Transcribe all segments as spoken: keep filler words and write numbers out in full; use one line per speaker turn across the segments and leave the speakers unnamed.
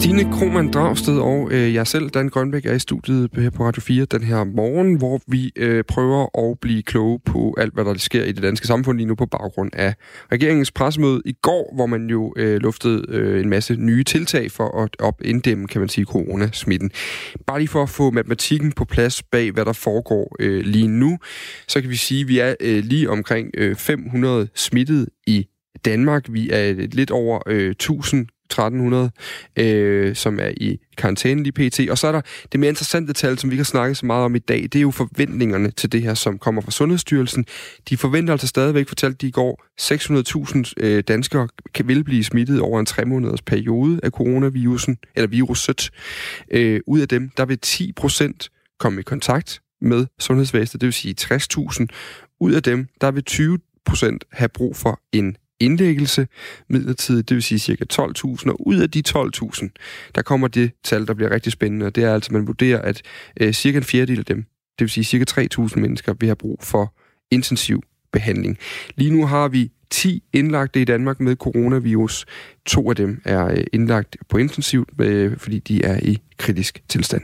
Stine Krohmann Dragsted og øh, jeg selv, Dan Grønbæk, er i studiet her på Radio fire den her morgen, hvor vi øh, prøver at blive kloge på alt, hvad der sker i det danske samfund lige nu på baggrund af regeringens pressemøde i går, hvor man jo øh, luftede øh, en masse nye tiltag for at op inddæmme, kan man sige, coronasmitten. Bare lige for at få matematikken på plads bag, hvad der foregår øh, lige nu, så kan vi sige, at vi er øh, lige omkring øh, fem hundrede smittede i Danmark. Vi er lidt over øh, tusind tretten hundrede, øh, som er i karantæne lige pt. Og så er der det mere interessante tal, som vi kan snakke så meget om i dag, det er jo forventningerne til det her, som kommer fra Sundhedsstyrelsen. De forventer altså stadigvæk, fortalte de i går, seks hundrede tusind øh, danskere kan vil blive smittet over en tre måneders periode af coronavirusen, eller viruset. Øh, ud af dem, der vil ti procent komme i kontakt med sundhedsvæsenet, det vil sige tres tusind. Ud af dem, der vil tyve procent have brug for en indlæggelse midlertidigt, det vil sige cirka tolv tusind, og ud af de tolv tusind, der kommer det tal, der bliver rigtig spændende, og det er altså, man vurderer, at øh, cirka en fjerdedel af dem, det vil sige cirka tre tusind mennesker, vil have brug for intensiv behandling. Lige nu har vi ti indlagte i Danmark med coronavirus. To af dem er øh, indlagt på intensivt, øh, fordi de er i kritisk tilstand.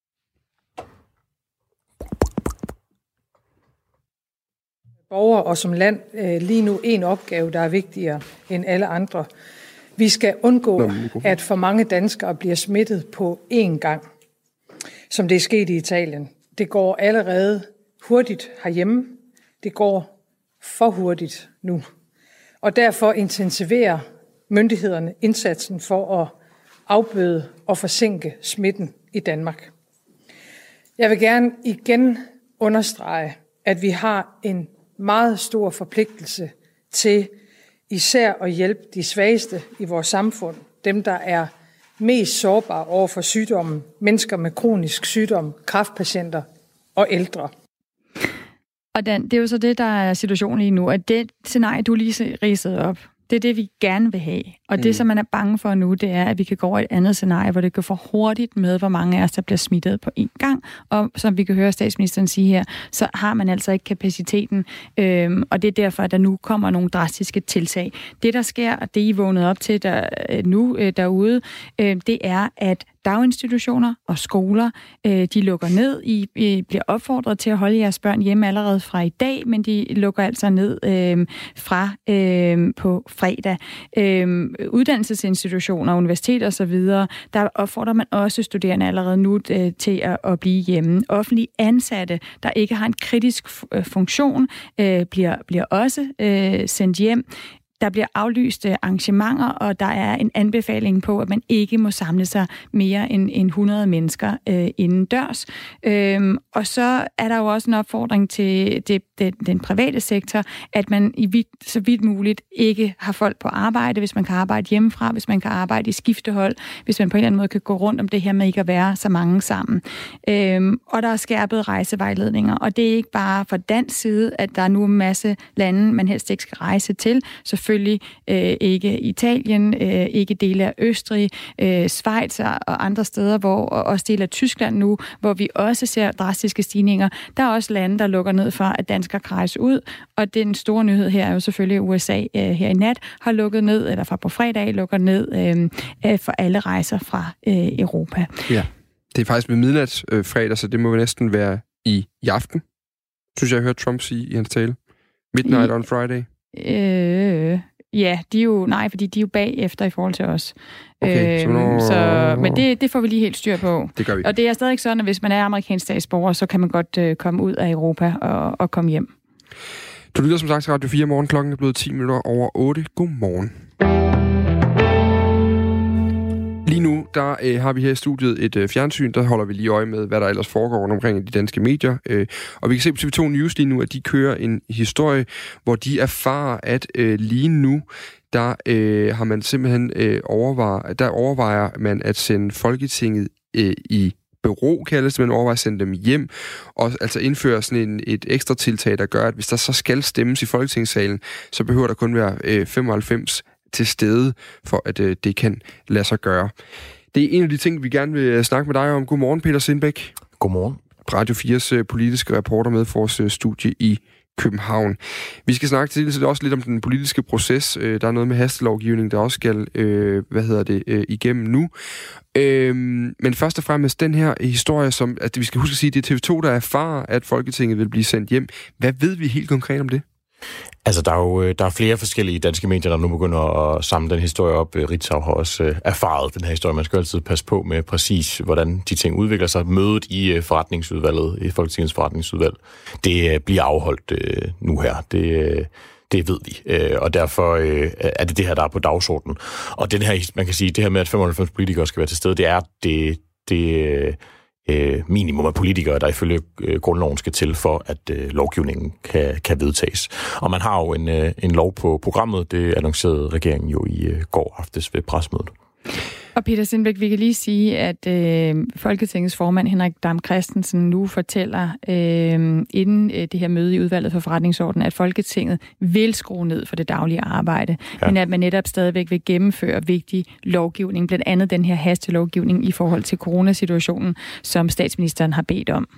Borgere og som land øh, lige nu en opgave, der er vigtigere end alle andre. Vi skal undgå, Nå, at for mange danskere bliver smittet på én gang, som det er sket i Italien. Det går allerede hurtigt herhjemme. Det går for hurtigt nu. Og derfor intensiverer myndighederne indsatsen for at afbøde og forsinke smitten i Danmark. Jeg vil gerne igen understrege, at vi har en meget stor forpligtelse til især at hjælpe de svageste i vores samfund, dem der er mest sårbare over for sygdommen, mennesker med kronisk sygdom, kræftpatienter og ældre.
Og Dan, det er jo så det, der er situationen lige nu, at det scenarie, du lige ridsede op, det er det, vi gerne vil have. Og mm. det, som man er bange for nu, det er, at vi kan gå over et andet scenarie, hvor det går for hurtigt med, hvor mange af os, der bliver smittet på én gang. Og som vi kan høre statsministeren sige her, så har man altså ikke kapaciteten. Øhm, og det er derfor, at der nu kommer nogle drastiske tiltag. Det, der sker, og det I vågnet op til der, nu øh, derude, øh, det er, at daginstitutioner og skoler, øh, de lukker ned. I, I bliver opfordret til at holde jeres børn hjemme allerede fra i dag, men de lukker altså ned øh, fra øh, på fredag. Øh, uddannelsesinstitutioner, universiteter osv., der opfordrer man også studerende allerede nu øh, til at, at blive hjemme. Offentlige ansatte, der ikke har en kritisk f- funktion, øh, bliver, bliver også øh, sendt hjem. Der bliver aflyst arrangementer, og der er en anbefaling på, at man ikke må samle sig mere end, end hundrede mennesker øh, indendørs. Øhm, og så er der jo også en opfordring til det, det, den private sektor, at man i vidt, så vidt muligt ikke har folk på arbejde, hvis man kan arbejde hjemmefra, hvis man kan arbejde i skiftehold, hvis man på en eller anden måde kan gå rundt om det her med ikke at være så mange sammen. Øhm, og der er skærpede rejsevejledninger, og det er ikke bare fra dansk side, at der er nu en masse lande, man helst ikke skal rejse til. Selvfølgelig øh, ikke Italien, øh, ikke dele af Østrig, øh, Schweiz og andre steder, hvor, og også dele af Tyskland nu, hvor vi også ser drastiske stigninger. Der er også lande, der lukker ned for, at danskere kan rejse ud, og den store nyhed her er jo selvfølgelig, at U S A øh, her i nat har lukket ned, eller fra på fredag lukker ned øh, for alle rejser fra øh, Europa.
Ja, det er faktisk ved midnat øh, fredag, så det må næsten være i, i aften, synes jeg, jeg hørte Trump sige i hans tale. Midnight I... on Friday.
Øh, ja, de er jo, nej, fordi de er jo bagefter i forhold til os.
Okay,
øhm,
så, når...
så Men det, det får vi lige helt styr på.
Det gør vi.
Og det er stadig ikke sådan, at hvis man er amerikansk statsborger, så kan man godt øh, komme ud af Europa og, og komme hjem.
Du lytter som sagt til Radio fire morgen. Klokken er blevet ti minutter over otte. Godmorgen. Lige nu, der øh, har vi her i studiet et øh, fjernsyn, der holder vi lige øje med, hvad der ellers foregår rundt omkring i de danske medier. Øh, og vi kan se på T V to News lige nu, at de kører en historie, hvor de erfarer, at øh, lige nu, der øh, har man simpelthen øh, overvejer, der overvejer man at sende Folketinget øh, i bero, kaldes det, man overvejer at sende dem hjem, og altså indføre sådan en, et ekstra tiltag, der gør, at hvis der så skal stemmes i Folketingssalen, så behøver der kun være øh, femoghalvfems til stede, for at øh, det kan lade sig gøre. Det er en af de ting, vi gerne vil snakke med dig om. Godmorgen, Peter Sindbæk.
Godmorgen.
Radio fires øh, politiske reporter med for vores øh, studie i København. Vi skal snakke til det også lidt om den politiske proces. Der er noget med hastelovgivning, der også skal, øh, hvad hedder det, øh, igennem nu. Øh, men først og fremmest den her historie, som at vi skal huske at sige, det er T V to, der erfarer, at Folketinget vil blive sendt hjem. Hvad ved vi helt konkret om det?
Altså, der er jo der er flere forskellige danske medier, der nu begynder at samle den historie op. Ritzau har også øh, erfaret den her historie. Man skal altid passe på med præcis, hvordan de ting udvikler sig. Mødet i øh, forretningsudvalget, i Folketingets forretningsudvalg, det øh, bliver afholdt øh, nu her. Det, øh, det ved vi. Øh, og derfor øh, er det det her, der er på dagsordenen. Og den her, man kan sige, det her med, at femoghalvfems politikere skal være til stede, det er det... det øh, minimum af politikere, der ifølge øh, grundloven skal til for, at øh, lovgivningen kan, kan vedtages. Og man har jo en, øh, en lov på programmet, det annoncerede regeringen jo i øh, går aftes ved pressemødet.
Og Peter Sindbæk, vi kan lige sige, at øh, Folketingets formand Henrik Dam Kristensen nu fortæller øh, inden øh, det her møde i udvalget for forretningsordenen, at Folketinget vil skrue ned for det daglige arbejde, ja. Men at man netop stadigvæk vil gennemføre vigtig lovgivning, blandt andet den her hastelovgivning i forhold til coronasituationen, som statsministeren har bedt om.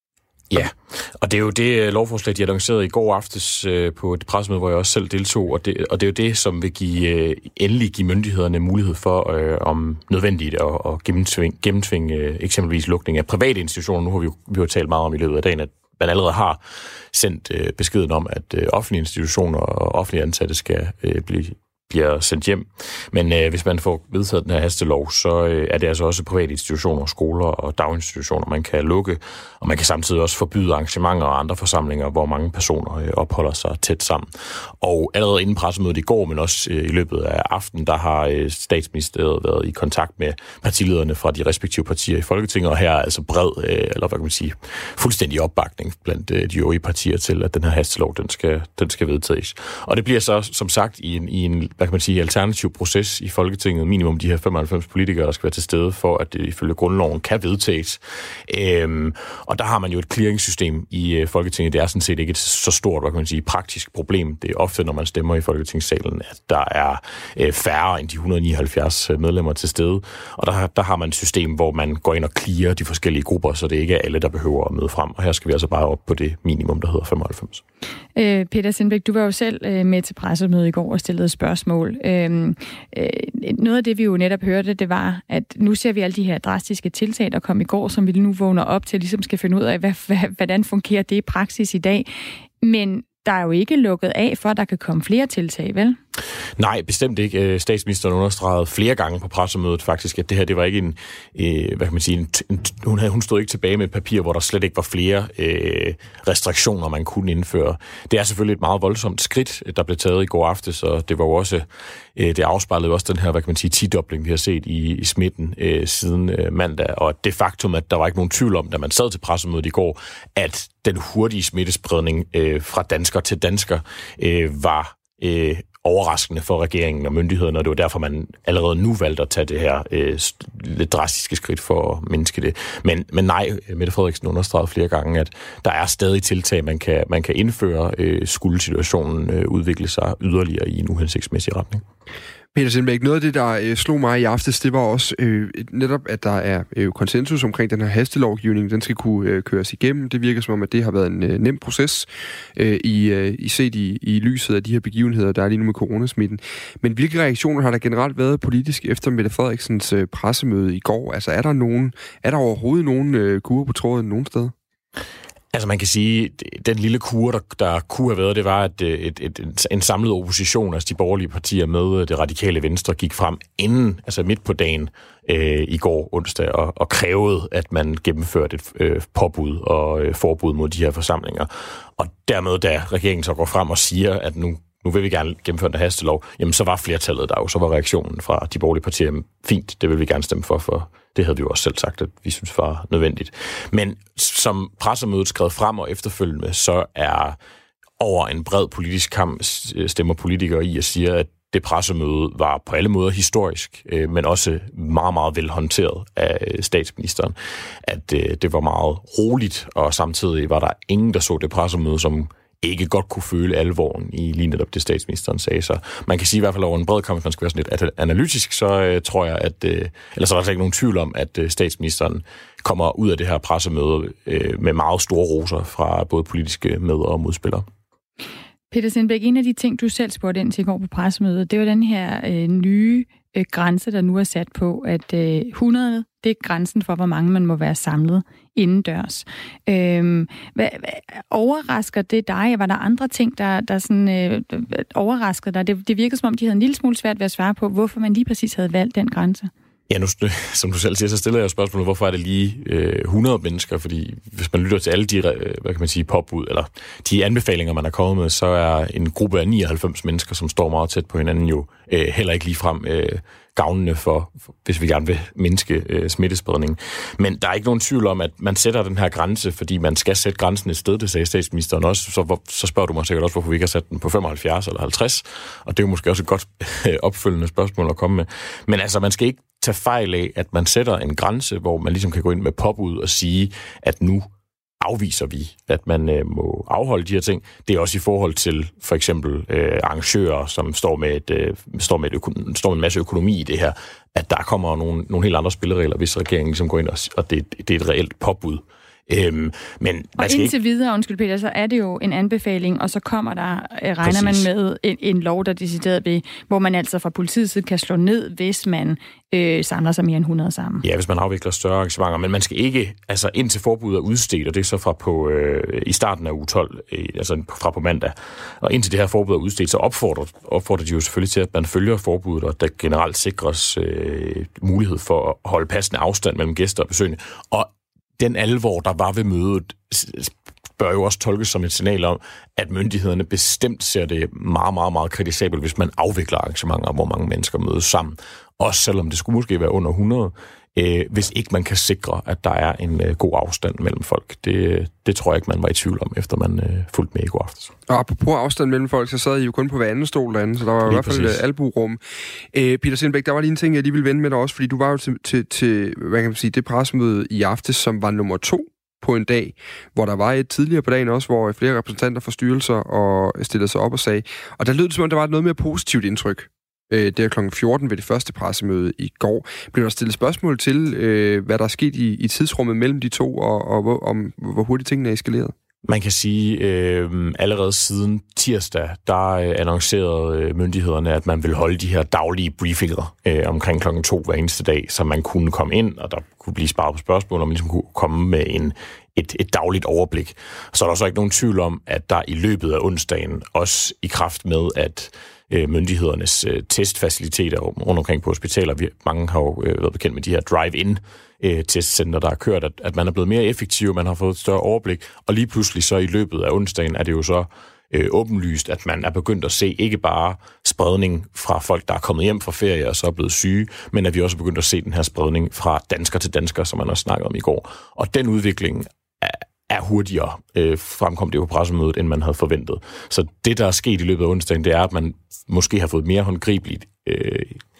Ja, og det er jo det lovforslag, de annoncerede i går aftes øh, på et pressemøde, hvor jeg også selv deltog, og det, og det er jo det, som vil give, øh, endelig give myndighederne mulighed for, øh, om nødvendigt, at, at gennemtvinge, gennemtvinge øh, eksempelvis lukning af private institutioner. Nu har vi jo, vi har jo talt meget om i løbet af dagen, at man allerede har sendt øh, beskeden om, at øh, offentlige institutioner og offentlige ansatte skal øh, blive bliver sendt hjem. Men øh, hvis man får vedtaget den her hastelov, så øh, er det altså også private institutioner, skoler og daginstitutioner, man kan lukke, og man kan samtidig også forbyde arrangementer og andre forsamlinger, hvor mange personer øh, opholder sig tæt sammen. Og allerede inden pressemødet i går, men også øh, i løbet af aftenen, der har øh, statsministeriet været i kontakt med partilederne fra de respektive partier i Folketinget, og her er altså bred, øh, eller hvad kan man sige, fuldstændig opbakning blandt øh, de øvrige partier til, at den her hastelov, den skal, den skal vedtages. Og det bliver så, som sagt, i en, i en hvad kan man sige, alternativ proces i Folketinget, minimum de her femoghalvfems politikere, der skal være til stede for, at det ifølge grundloven kan vedtages. Øhm, og der har man jo et clearingssystem i øh, Folketinget. Det er sådan set ikke et så stort, hvad kan man sige, praktisk problem. Det er ofte, når man stemmer i Folketingssalen, at der er øh, færre end de et hundrede og nioghalvfjerds medlemmer til stede. Og der, der har man et system, hvor man går ind og clearer de forskellige grupper, så det ikke er alle, der behøver at møde frem. Og her skal vi altså bare op på det minimum, der hedder femoghalvfems.
Øh, Peter Sindbæk, du var jo selv øh, med til pressemødet i går og stillede spørgsmål. Øhm, øh, noget af det, vi jo netop hørte, det var, at nu ser vi alle de her drastiske tiltag, der kom i går, som vi nu vågner op til, ligesom skal finde ud af, hvad, hvad, hvordan fungerer det i praksis i dag. Men der er jo ikke lukket af for, at der kan komme flere tiltag, vel?
Nej, bestemt ikke. Statsministeren understregede flere gange på pressemødet faktisk, at det her, det var ikke en, øh, hvad kan man sige, en, en, hun, havde, hun stod ikke tilbage med et papir, hvor der slet ikke var flere øh, restriktioner, man kunne indføre. Det er selvfølgelig et meget voldsomt skridt, der blev taget i går aftes, og det var jo også, øh, det afspejlede også den her, hvad kan man sige, tidobling, vi har set i, i smitten øh, siden øh, mandag, og det faktum, at der var ikke nogen tvivl om, da man sad til pressemødet i går, at den hurtige smittespredning øh, fra dansker til dansker øh, var øh, overraskende for regeringen og myndighederne, og det var derfor, man allerede nu valgte at tage det her øh, lidt drastiske skridt for at mindske det. Men, men nej, Mette Frederiksen understregede flere gange, at der er stadig tiltag, man kan, man kan indføre, øh, skulle situationen øh, udvikle sig yderligere i en uhensigtsmæssig retning.
Peter Sindbæk, noget af det, der øh, slog mig i aftes, det var også øh, netop, at der er øh, konsensus omkring den her hastelovgivning. Den skal kunne øh, køres igennem. Det virker som om, at det har været en øh, nem proces, øh, i, øh, i set i, i lyset af de her begivenheder, der er lige nu med coronasmitten. Men hvilke reaktioner har der generelt været politisk efter Mette Frederiksens øh, pressemøde i går? Altså, er der nogen, er der overhovedet nogen øh, kurer på tråden nogen steder?
Altså man kan sige, den lille kur, der, der kunne have været, det var, at et, et, et, en samlet opposition, altså de borgerlige partier med det radikale Venstre, gik frem inden, altså midt på dagen øh, i går onsdag, og, og krævede, at man gennemførte et øh, påbud og øh, forbud mod de her forsamlinger. Og dermed, da regeringen så går frem og siger, at nu nu vil vi gerne gennemføre en hastelov, jamen så var flertallet der jo, så var reaktionen fra de borgerlige partier, fint, det vil vi gerne stemme for, for det havde vi jo også selv sagt, at vi synes var nødvendigt. Men som pressemødet skrev frem og efterfølgende, så er over en bred politisk kamp stemmer politikere i og siger, at det pressemøde var på alle måder historisk, men også meget, meget velhåndteret af statsministeren. At det var meget roligt, og samtidig var der ingen, der så det pressemøde som ikke godt kunne føle alvoren i lige netop det, statsministeren sagde. Så man kan sige i hvert fald over en bred kamp, hvis man skal være sådan lidt analytisk, så øh, tror jeg, at øh, eller så er der ikke nogen tvivl om, at øh, statsministeren kommer ud af det her pressemøde øh, med meget store roser fra både politiske med- og modspillere.
Peter Sindbæk, en af de ting, du selv spurgte ind til i går på pressemødet, det var den her øh, nye øh, grænse, der nu er sat på, at øh, hundrede, det er grænsen for, hvor mange man må være samlet indendørs. Øh, hvad, hvad, overrasker det dig? Var der andre ting, der, der sådan, øh, overraskede dig? Det, det virkede som om, de havde en lille smule svært ved at svare på, hvorfor man lige præcis havde valgt den grænse.
Ja, nu, som du selv siger, så stiller jeg spørgsmålet, hvorfor er det lige øh, hundrede mennesker? Fordi hvis man lytter til alle de, hvad kan man sige, påbud, eller de anbefalinger, man er kommet med, så er en gruppe af nioghalvfems mennesker, som står meget tæt på hinanden, jo øh, heller ikke ligefrem øh, gavnende for, for, hvis vi gerne vil mindske øh, smittespredningen. Men der er ikke nogen tvivl om, at man sætter den her grænse, fordi man skal sætte grænsen et sted, det sagde statsministeren også. Så, hvor, så spørger du mig sikkert også, hvorfor vi ikke har sat den på femoghalvfjerds eller halvtreds. Og det er jo måske også et godt øh, opfølgende spørgsmål at komme med. Men altså, man skal ikke tage fejl af, at man sætter en grænse, hvor man ligesom kan gå ind med påbud og sige, at nu afviser vi, at man øh, må afholde de her ting. Det er også i forhold til for eksempel øh, arrangører, som står med, et, øh, står, med et øko- står med en masse økonomi i det her, at der kommer nogle, nogle helt andre spilleregler, hvis regeringen ligesom går ind, og, og det, det er et reelt påbud. Øhm, men
og indtil
ikke...
videre, undskyld Peter, så er det jo en anbefaling, og så kommer der, regner Præcis. man med, en, en lov, der decideret ved, hvor man altså fra politiets side kan slå ned, hvis man øh, samler sig mere end hundrede sammen.
Ja, hvis man afvikler større arrangementer, men man skal ikke, altså indtil forbuddet er udstedt, og det er så fra på, øh, i starten af uge tolv, øh, altså fra på mandag, og indtil det her forbud er udstedt, så opfordrer, opfordrer de jo selvfølgelig til, at man følger forbuddet, og der generelt sikres øh, mulighed for at holde passende afstand mellem gæster og besøgende, og den alvor, der var ved mødet, bør jo også tolkes som et signal om, at myndighederne bestemt ser det meget, meget, meget kritisabelt, hvis man afvikler arrangementer, hvor mange mennesker mødes sammen. Også selvom det skulle måske være under hundrede, øh, hvis ikke man kan sikre, at der er en øh, god afstand mellem folk. Det, det tror jeg ikke, man var i tvivl om, efter man øh, fulgte med i går aftes.
Og apropos afstand mellem folk, så sad I jo kun på hver anden stol derinde, så der var lige i hvert fald et albuerum. Øh, Peter Sindbæk, der var lige en ting, jeg lige ville vende med dig også, fordi du var jo til, til, til hvad kan man sige, det pressemøde i aftes, som var nummer to på en dag, hvor der var et tidligere på dagen også, hvor flere repræsentanter fra styrelser og stillede sig op og sagde, og der lød det som om, der var et noget mere positivt indtryk. Det er klokken fjorten ved det første pressemøde i går. Blev der stillet spørgsmål til, øh, hvad der er sket i, i tidsrummet mellem de to, og, og hvor, om, hvor hurtigt tingene er eskaleret?
Man kan sige, øh, allerede siden tirsdag, der øh, annoncerede øh, myndighederne, at man vil holde de her daglige briefinger øh, omkring klokken to hver eneste dag, så man kunne komme ind, og der kunne blive sparet på spørgsmål, og man ligesom kunne komme med en, et, et dagligt overblik. Så er der så ikke nogen tvivl om, at der i løbet af onsdagen, også i kraft med, at øh, myndighedernes øh, testfaciliteter rundt omkring på hospitaler, vi, mange har jo øh, været bekendt med de her drive-in testcenter, der har kørt, at, at man er blevet mere effektiv, man har fået et større overblik, og lige pludselig så i løbet af onsdagen er det jo så øh, åbenlyst, at man er begyndt at se ikke bare spredning fra folk, der er kommet hjem fra ferie og så er blevet syge, men at vi også er begyndt at se den her spredning fra dansker til dansker, som man også snakkede om i går. Og den udvikling er, er hurtigere, øh, fremkom det på pressemødet, end man havde forventet. Så det, der er sket i løbet af onsdagen, det er, at man måske har fået mere håndgribeligt øh,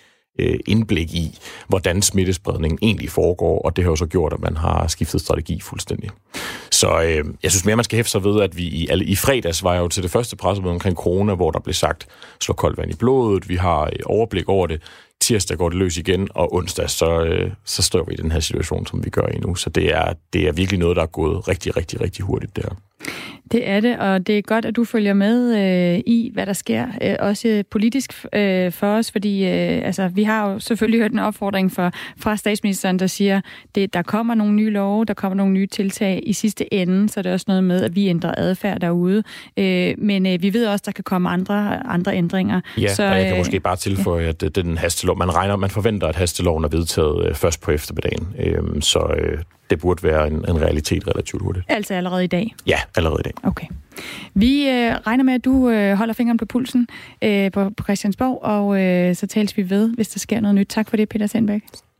indblik i, hvordan smittespredningen egentlig foregår, og det har jo så gjort, at man har skiftet strategi fuldstændig. Så øh, jeg synes mere, man skal hæfte sig ved, at vi i, i fredags var jo til det første pressemøde omkring corona, hvor der blev sagt, slå koldt vand i blodet, vi har overblik over det, tirsdag går det løs igen, og onsdag, så, øh, så står vi i den her situation, som vi gør i nu. Så det er, det er virkelig noget, der er gået rigtig, rigtig, rigtig hurtigt der.
Det er det, og det er godt, at du følger med øh, i, hvad der sker, øh, også politisk øh, for os, fordi øh, altså, vi har jo selvfølgelig hørt en opfordring for, fra statsministeren, der siger, at der kommer nogle nye love, der kommer nogle nye tiltag. I sidste ende, så er det også noget med, at vi ændrer adfærd derude. Øh, men øh, vi ved også, at der kan komme andre, andre ændringer.
Ja,
så,
og jeg kan
øh,
måske bare tilføje, at det er den hastelov. Man regner, man forventer, at hasteloven er vedtaget øh, først på eftermiddagen. Øh, så øh, det burde være en, en realitet relativt hurtigt.
Altså allerede i dag?
Ja, allerede i dag.
Okay. Vi øh, regner med, at du øh, holder fingeren på pulsen øh, på, på Christiansborg, og øh, så tales vi ved, hvis der sker noget nyt. Tak for det, Peter Sindbæk.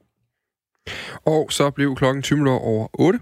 Og så blev klokken tyve minutter over otte.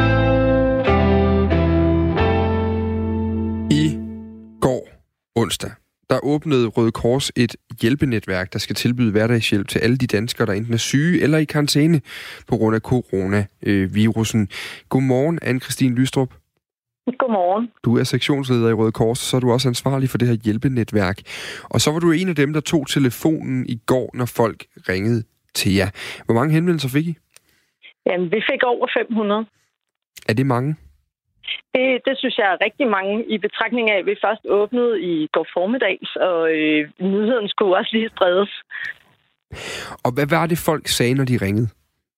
I går onsdag, der åbnede Røde Kors et hjælpenetværk, der skal tilbyde hverdagshjælp til alle de danskere, der enten er syge eller i karantæne på grund af coronavirusen. Godmorgen, Anne-Christine Lystrup.
Godmorgen.
Du er sektionsleder i Røde Kors, så er du også ansvarlig for det her hjælpenetværk. Og så var du en af dem, der tog telefonen i går, når folk ringede til jer. Hvor mange henvendelser fik I?
Jamen, vi fik over fem hundrede.
Er det mange?
Det, det synes jeg er rigtig mange i betragtning af, at vi først åbnede i går formiddags, og øh, nyheden skulle også lige spredes.
Og hvad var det, folk sagde, når de ringede?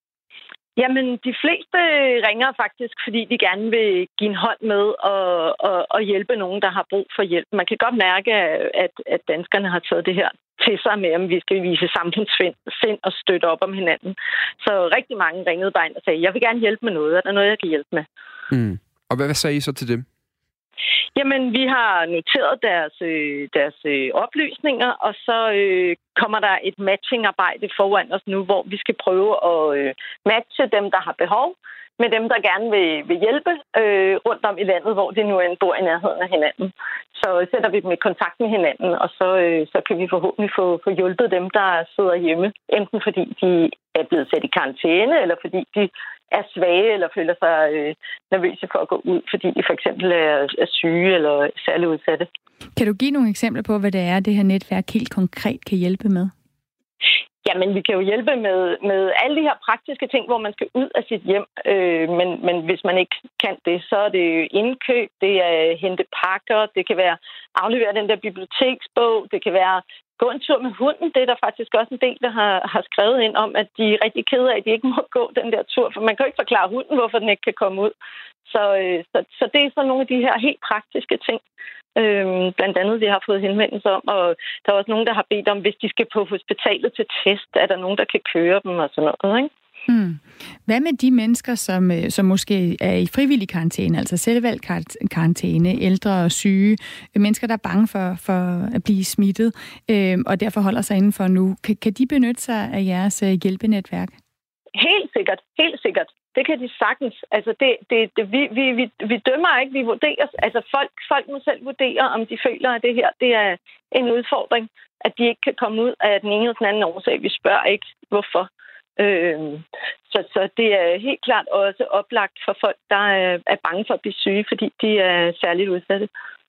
Jamen, de fleste ringer faktisk, fordi de gerne vil give en hånd med og, og, og hjælpe nogen, der har brug for hjælp. Man kan godt mærke, at, at danskerne har taget det her til sig med, om vi skal vise samfundssind og støtte op om hinanden. Så rigtig mange ringede bare ind og sagde, jeg vil gerne hjælpe med noget. Er der noget, jeg kan hjælpe med?
Mm. Og hvad, hvad sagde I så til dem?
Jamen, vi har noteret deres, øh, deres øh, oplysninger, og så øh, kommer der et matchingarbejde foran os nu, hvor vi skal prøve at øh, matche dem, der har behov, med dem, der gerne vil, vil hjælpe øh, rundt om i landet, hvor de nu end bor i nærheden af hinanden. Så sætter vi dem i kontakt med hinanden, og så, øh, så kan vi forhåbentlig få, få hjulpet dem, der sidder hjemme, enten fordi de er blevet sat i karantæne, eller fordi de er svage eller føler sig øh, nervøse for at gå ud, fordi de for eksempel er, er syge eller særligt udsatte.
Kan du give nogle eksempler på, hvad det er, det her netværk helt konkret kan hjælpe med?
Jamen, vi kan jo hjælpe med, med alle de her praktiske ting, hvor man skal ud af sit hjem. Øh, men, men hvis man ikke kan det, så er det indkøb, det er hente pakker, det kan være aflevere den der biblioteksbog, det kan være gå en tur med hunden. Det er der faktisk også en del, der har, har skrevet ind om, at de er rigtig kede af, at de ikke må gå den der tur, for man kan jo ikke forklare hunden, hvorfor den ikke kan komme ud. Så, øh, så, så det er så nogle af de her helt praktiske ting, øh, blandt andet vi har fået henvendelser om, og der er også nogen, der har bedt om, hvis de skal på hospitalet til test, er der nogen, der kan køre dem og sådan noget, ikke?
Hmm. Hvad med de mennesker, som, som måske er i frivillig karantæne, altså selvvalgt karantæne, ældre og syge, mennesker, der er bange for, for at blive smittet, øh, og derfor holder sig indenfor nu. Kan, kan de benytte sig af jeres hjælpenetværk?
Helt sikkert, helt sikkert. Det kan de sagtens. Altså, det, det, det, vi, vi, vi, vi dømmer ikke, vi vurderer. Altså, folk, folk må selv vurdere, om de føler, at det her det er en udfordring, at de ikke kan komme ud af den ene eller den anden årsag. Vi spørger ikke, hvorfor. Øh, så, så det er helt klart også oplagt for folk, der er, er bange for at blive syge, fordi de er særligt udsatte.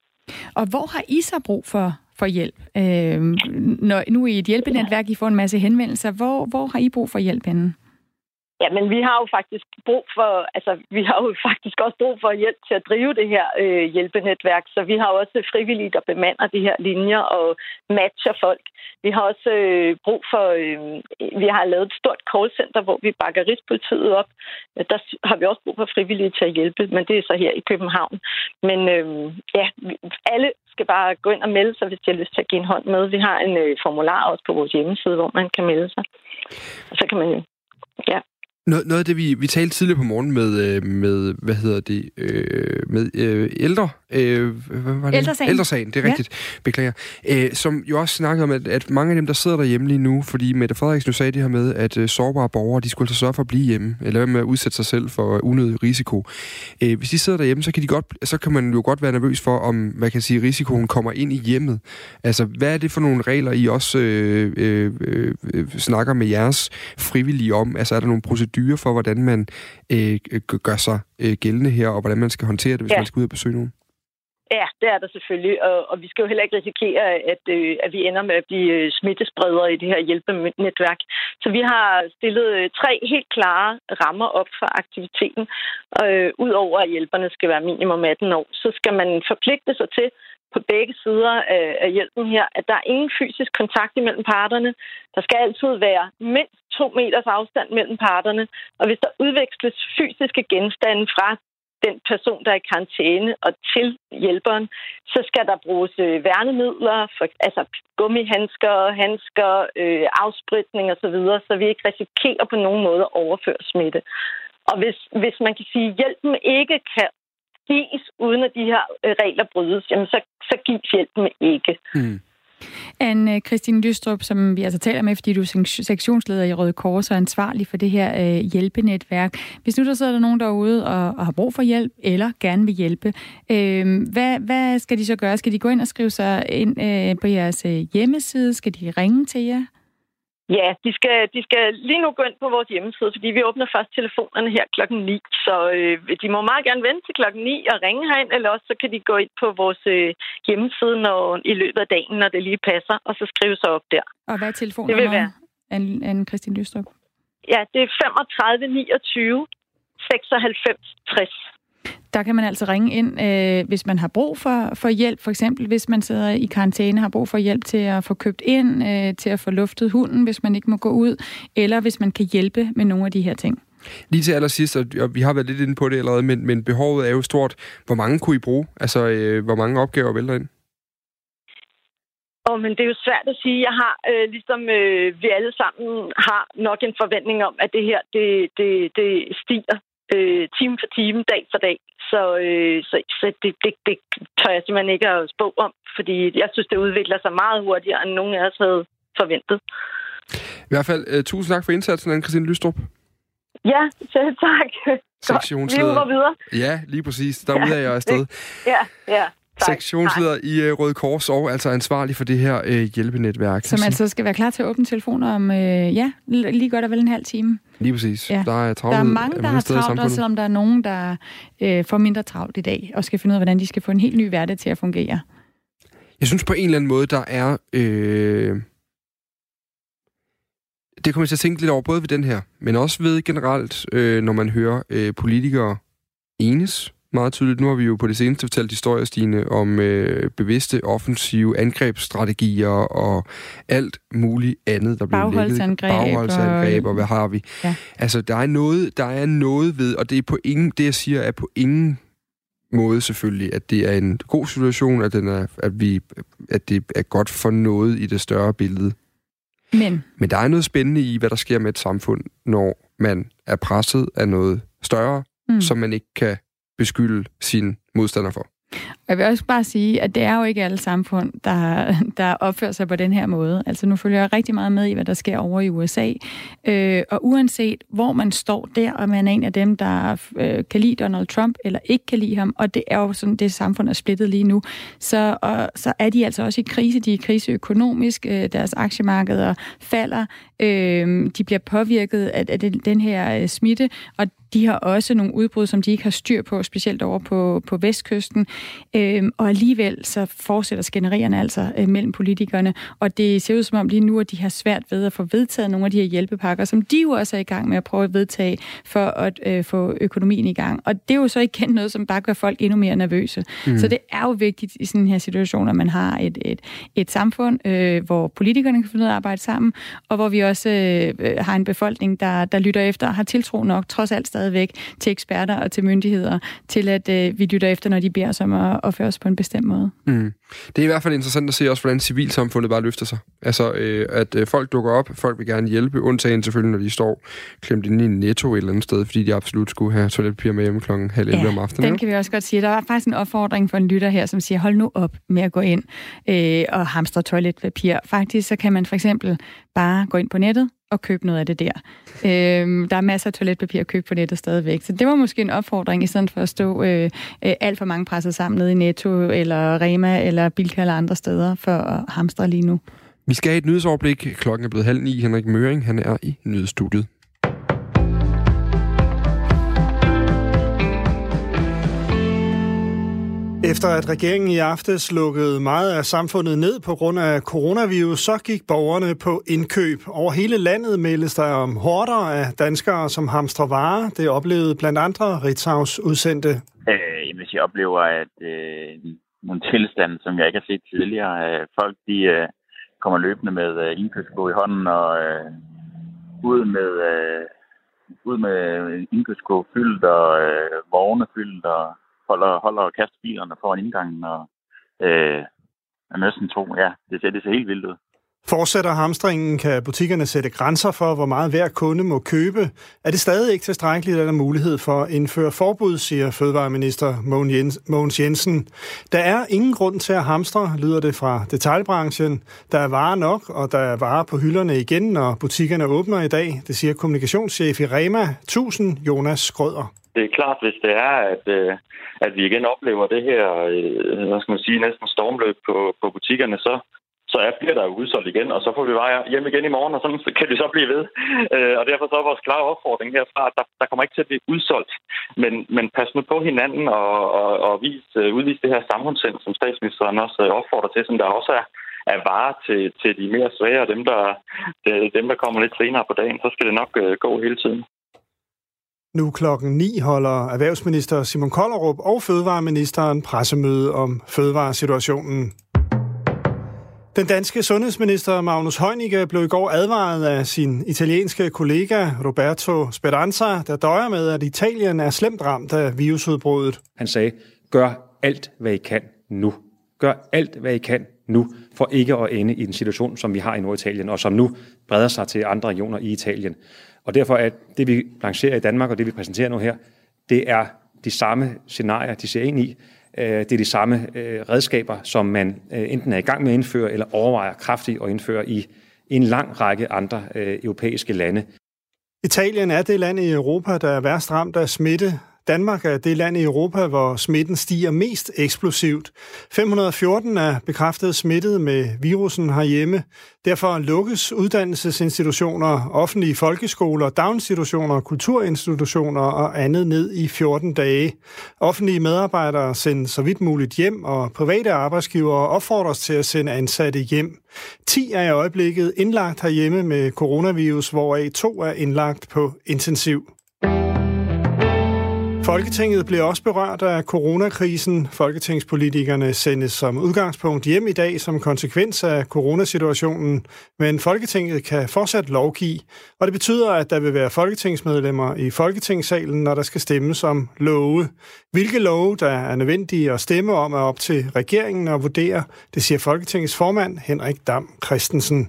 Og hvor har I så brug for, for hjælp? Øh, når, nu i et hjælpenetværk, I får en masse henvendelser. Hvor, hvor har I brug for hjælp henne?
Ja, men vi har jo faktisk brug for, altså vi har jo faktisk også brug for hjælp til at drive det her øh, hjælpenetværk, så vi har også frivillige, der bemander de her linjer og matcher folk. Vi har også øh, brug for, øh, vi har lavet et stort callcenter, hvor vi bakker Rigspolitiet op. Der har vi også brug for frivillige til at hjælpe, men det er så her i København. Men øh, ja, alle skal bare gå ind og melde sig, hvis de har lyst til at give en hånd med. Vi har en øh, formular også på vores hjemmeside, hvor man kan melde sig. Og så kan man jo, ja.
Noget, noget af det, vi, vi talte tidligere på morgen med, med hvad hedder det, øh, med øh, ældre, øh, hvad var det?
Ældresagen.
Ældresagen, det er rigtigt, ja. Beklager. Øh, som jo også snakkede om, at, at mange af dem, der sidder derhjemme lige nu, fordi Mette Frederiksen nu sagde det her med, at øh, sårbare borgere, de skulle altså sørge for at blive hjemme, eller med at udsætte sig selv for unødig risiko. Øh, hvis de sidder derhjemme, så kan, de godt, så kan man jo godt være nervøs for, om hvad kan jeg sige, risikoen kommer ind i hjemmet. Altså, hvad er det for nogle regler, I også øh, øh, øh, snakker med jeres frivillige om? Altså, er der nogle procedurer for, hvordan man øh, gør sig øh, gældende her, og hvordan man skal håndtere det, hvis ja. man skal ud og besøge nogen?
Ja, det er der selvfølgelig, og, og vi skal jo heller ikke risikere, at, øh, at vi ender med at blive smittespredere i det her hjælpenetværk. Så vi har stillet tre helt klare rammer op for aktiviteten. Øh, Udover at hjælperne skal være minimum atten år, så skal man forpligte sig til på begge sider af, af hjælpen her, at der er ingen fysisk kontakt imellem parterne. Der skal altid være mindst to meters afstand mellem parterne, og hvis der udveksles fysiske genstande fra den person, der er i karantæne og til hjælperen, så skal der bruges øh, værnemidler, for, altså gummihandsker, handsker, øh, afspritning osv., så, så vi ikke risikerer på nogen måde at overføre smitte. Og hvis, hvis man kan sige, at hjælpen ikke kan gives, uden at de her øh, regler brydes, jamen så, så gives hjælpen ikke. Mm.
Anne-Kristine Lystrup, som vi altså taler med, fordi du er sektionsleder i Røde Kors og ansvarlig for det her øh, hjælpenetværk. Hvis nu der sidder der nogen derude og, og har brug for hjælp, eller gerne vil hjælpe, øh, hvad, hvad skal de så gøre? Skal de gå ind og skrive sig ind øh, på jeres øh, hjemmeside? Skal de ringe til jer?
Ja, de skal, de skal lige nu gå ind på vores hjemmeside, fordi vi åbner først telefonerne her klokken ni. Så øh, de må meget gerne vente til klokken ni og ringe herind, eller også så kan de gå ind på vores øh, hjemmeside når, i løbet af dagen, når det lige passer, og så skrive sig op der.
Og hvad er telefonnummeret, Anne-Kristine Lystrup?
Ja, det er femogtredive niogtyve seksoghalvfems tres.
Der kan man altså ringe ind, øh, hvis man har brug for, for hjælp. For eksempel, hvis man sidder i karantæne, har brug for hjælp til at få købt ind, øh, til at få luftet hunden, hvis man ikke må gå ud, eller hvis man kan hjælpe med nogle af de her ting.
Lige til allersidst, og vi har været lidt inde på det allerede, men, men behovet er jo stort. Hvor mange kunne I bruge? Altså, øh, hvor mange opgaver vælter ind?
Oh, men det er jo svært at sige. Jeg har, øh, ligesom øh, vi alle sammen har nok en forventning om, at det her, det, det, det stiger øh, time for time, dag for dag. Så, øh, så, så det, det, det tør jeg simpelthen ikke at spå om, fordi jeg synes, det udvikler sig meget hurtigere, end nogen af os havde forventet.
I hvert fald, uh, tusind tak for indsatsen, Anne-Kristine Lystrup.
Ja, selv tak.
Sektionsleder.
Vi går videre.
Ja, lige præcis. Derude er jeg afsted.
Ja, ja. Tak.
Sektionsleder i uh, Røde Kors og altså ansvarlig for det her uh, hjælpenetværk.
Som altså skal være klar til at åbne telefoner om, uh, ja, lige godt og vel en halv time.
Lige præcis.
Ja.
Der er travlt.
Der er mange, der har travlt, også selvom der er nogen, der uh, får mindre travlt i dag, og skal finde ud af, hvordan de skal få en helt ny hverdag til at fungere.
Jeg synes på en eller anden måde, der er... Øh... Det kommer jeg til at tænke lidt over, både ved den her, men også ved generelt, øh, når man hører øh, politikere enes meget tydeligt. Nu har vi jo på det seneste fortalt historier, Stine, om øh, bevidste offensive angrebsstrategier og alt muligt andet, der bliver lægget.
Bagholdsangreb.
Bagholdsangreb, og, og hvad har vi?
Ja.
Altså, der er noget, der er noget ved, og det er på ingen, det jeg siger, er på ingen måde selvfølgelig, at det er en god situation, at, den er, at, vi, at det er godt for noget i det større billede.
Men.
Men der er noget spændende i, hvad der sker med et samfund, når man er presset af noget større, mm. som man ikke kan beskylde sine modstandere for.
Jeg vil også bare sige, at det er jo ikke alle samfund, der, der opfører sig på den her måde. Altså nu følger jeg rigtig meget med i, hvad der sker over i U S A. Øh, og uanset hvor man står der, og man er en af dem, der øh, kan lide Donald Trump, eller ikke kan lide ham, og det er jo sådan, det samfund er splittet lige nu, så, og, så er de altså også i krise. De er i krise økonomisk. Øh, deres aktiemarkeder falder. Øh, de bliver påvirket af, af den her øh, smitte, og de har også nogle udbrud, som de ikke har styr på, specielt over på, på vestkysten. Øhm, og alligevel så fortsætter skænderierne altså øh, mellem politikerne, og det ser ud som om lige nu, at de har svært ved at få vedtaget nogle af de her hjælpepakker, som de jo også er i gang med at prøve at vedtage for at øh, få økonomien i gang. Og det er jo så igen noget, som bare gør folk endnu mere nervøse. Mm. Så det er jo vigtigt i sådan her situation, at man har et, et, et samfund, øh, hvor politikerne kan finde ud af at arbejde sammen, og hvor vi også øh, har en befolkning, der, der lytter efter og har tiltro nok, trods alt stadigvæk, til eksperter og til myndigheder, til at øh, vi lytter efter, når de beder os om at opføre os på en bestemt måde. Mm.
Det er i hvert fald interessant at se også, hvordan civilsamfundet bare løfter sig. Altså, øh, at øh, folk dukker op, folk vil gerne hjælpe, undtagen selvfølgelig, når de står klemt inde i en Netto et eller andet sted, fordi de absolut skulle have toiletpapir med hjemme klokken halv elleve om aftenen.
Den kan vi også godt sige. Der var faktisk en opfordring for en lytter her, som siger, hold nu op med at gå ind øh, og hamstre toiletpapir. Faktisk så kan man for eksempel bare gå ind på nettet og købe noget af det der. Øh, der er masser af toiletpapir at købe på nettet stadigvæk. Så det var måske en opfordring, i stedet for at stå øh, øh, alt for mange presset sammen nede i Netto, eller Rema, eller Bilka, eller andre steder, for at hamstre lige nu.
Vi skal have et nyhedsoverblik. Klokken er blevet halv ni. Henrik Møring, han er i nyhedsstudiet.
Efter at regeringen i aftes lukkede meget af samfundet ned på grund af coronavirus, så gik borgerne på indkøb. Over hele landet meldes der om horder af danskere, som hamstrer varer. Det oplevede blandt andre Ritzaus udsendte.
Øh, hvis jeg oplever, at øh, nogle tilstande, som jeg ikke har set tidligere, øh, folk de øh, kommer løbende med øh, indkøbssko i hånden og øh, ud med øh, ud med indkøbssko fyldt og øh, vogne fyldt og holder, holder og kaster bilerne foran indgangen, og øh, er næsten tro, ja, det ser, det ser helt vildt ud.
Fortsætter hamstringen, kan butikkerne sætte grænser for, hvor meget hver kunde må købe. Er det stadig ikke tilstrækkeligt, eller mulighed for at indføre forbud, siger fødevareminister Mogens Jensen. Der er ingen grund til at hamstre, lyder det fra detailbranchen. Der er varer nok, og der er varer på hylderne igen, når butikkerne åbner i dag. Det siger kommunikationschef i Rema tusind, Jonas Skrøder.
Det er klart, hvis det er, at, at vi igen oplever det her, hvad skal man sige, næsten stormløb på, på butikkerne, så, så er, bliver der udsolgt igen, og så får vi bare hjem igen i morgen, og sådan kan vi så blive ved. Og derfor så er vores klare opfordring herfra, at der, der kommer ikke til at blive udsolgt. Men, men pas nu på hinanden og, og, og vis, udvise det her samfundssind, som statsministeren også opfordrer til, som der også er, er varer til, til de mere svære, dem der, dem, der kommer lidt senere på dagen. Så skal det nok gå hele tiden.
Nu klokken ni holder erhvervsminister Simon Kollerup og fødevareministeren pressemøde om fødevaresituationen. Den danske sundhedsminister Magnus Heunicke blev i går advaret af sin italienske kollega Roberto Speranza, der døjer med, at Italien er slemt ramt af virusudbruddet.
Han sagde, gør alt, hvad I kan nu. Gør alt, hvad I kan nu, for ikke at ende i den situation, som vi har i Norditalien, og som nu breder sig til andre regioner i Italien. Og derfor er det, vi lancerer i Danmark, og det, vi præsenterer nu her, det er de samme scenarier, de ser ind i. Det er de samme redskaber, som man enten er i gang med at indføre, eller overvejer kraftigt at indføre i en lang række andre europæiske lande.
Italien er det land i Europa, der er værst ramt af smitte. Danmark er det land i Europa, hvor smitten stiger mest eksplosivt. fem hundrede og fjorten er bekræftet smittet med virusen herhjemme. Derfor lukkes uddannelsesinstitutioner, offentlige folkeskoler, daginstitutioner, kulturinstitutioner og andet ned i fjorten dage. Offentlige medarbejdere sendes så vidt muligt hjem, og private arbejdsgivere opfordres til at sende ansatte hjem. ti er i øjeblikket indlagt herhjemme med coronavirus, hvoraf to er indlagt på intensiv. Folketinget bliver også berørt af coronakrisen. Folketingspolitikerne sendes som udgangspunkt hjem i dag som konsekvens af coronasituationen, men Folketinget kan fortsat lovgive, og det betyder, at der vil være folketingsmedlemmer i Folketingssalen, når der skal stemmes om love. Hvilke love, der er nødvendige at stemme om, er op til regeringen at vurdere, det siger Folketingets formand Henrik Dam Kristensen.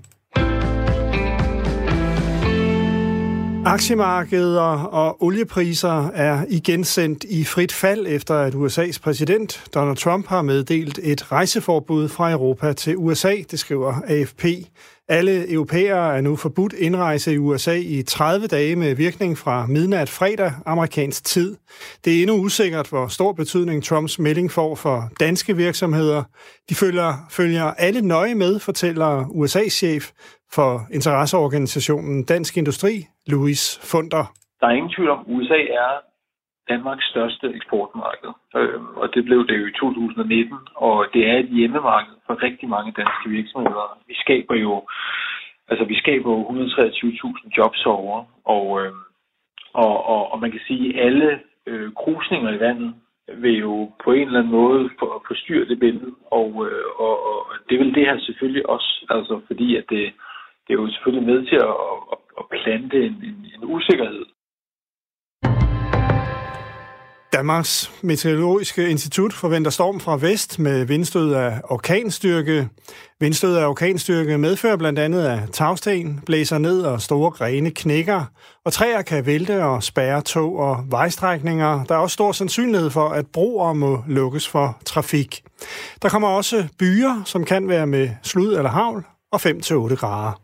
Aktiemarkeder og oliepriser er igen sendt i frit fald, efter at U S A's præsident Donald Trump har meddelt et rejseforbud fra Europa til U S A, det skriver A F P. Alle europæere er nu forbudt indrejse i U S A i tredive dage med virkning fra midnat fredag amerikansk tid. Det er endnu usikkert, hvor stor betydning Trumps melding får for danske virksomheder. De følger, følger alle nøje med, fortæller U S A's chef for interesseorganisationen Dansk Industri, Louis Funder.
Der er ingen tvivl om, at U S A er Danmarks største eksportmarked, og det blev det jo i to tusind og nitten, og det er et hjemmemarked for rigtig mange danske virksomheder. Vi skaber jo, altså vi skaber jo et hundrede og treogtyve tusind jobs over, og, og, og, og man kan sige, at alle øh, krusninger i vandet vil jo på en eller anden måde forstyrre det billede, og, og, og det vil det her selvfølgelig også, altså fordi at det, det er jo selvfølgelig med til at, at, at plante en, en, en usikkerhed.
Danmarks Meteorologiske Institut forventer storm fra vest med vindstød af orkanstyrke. Vindstød af orkanstyrke medfører blandt andet, at tagsten blæser ned og store grene knækker, og træer kan vælte og spærre tog og vejstrækninger. Der er også stor sandsynlighed for, at broer må lukkes for trafik. Der kommer også byer, som kan være med slud eller hagl, og fem til otte grader.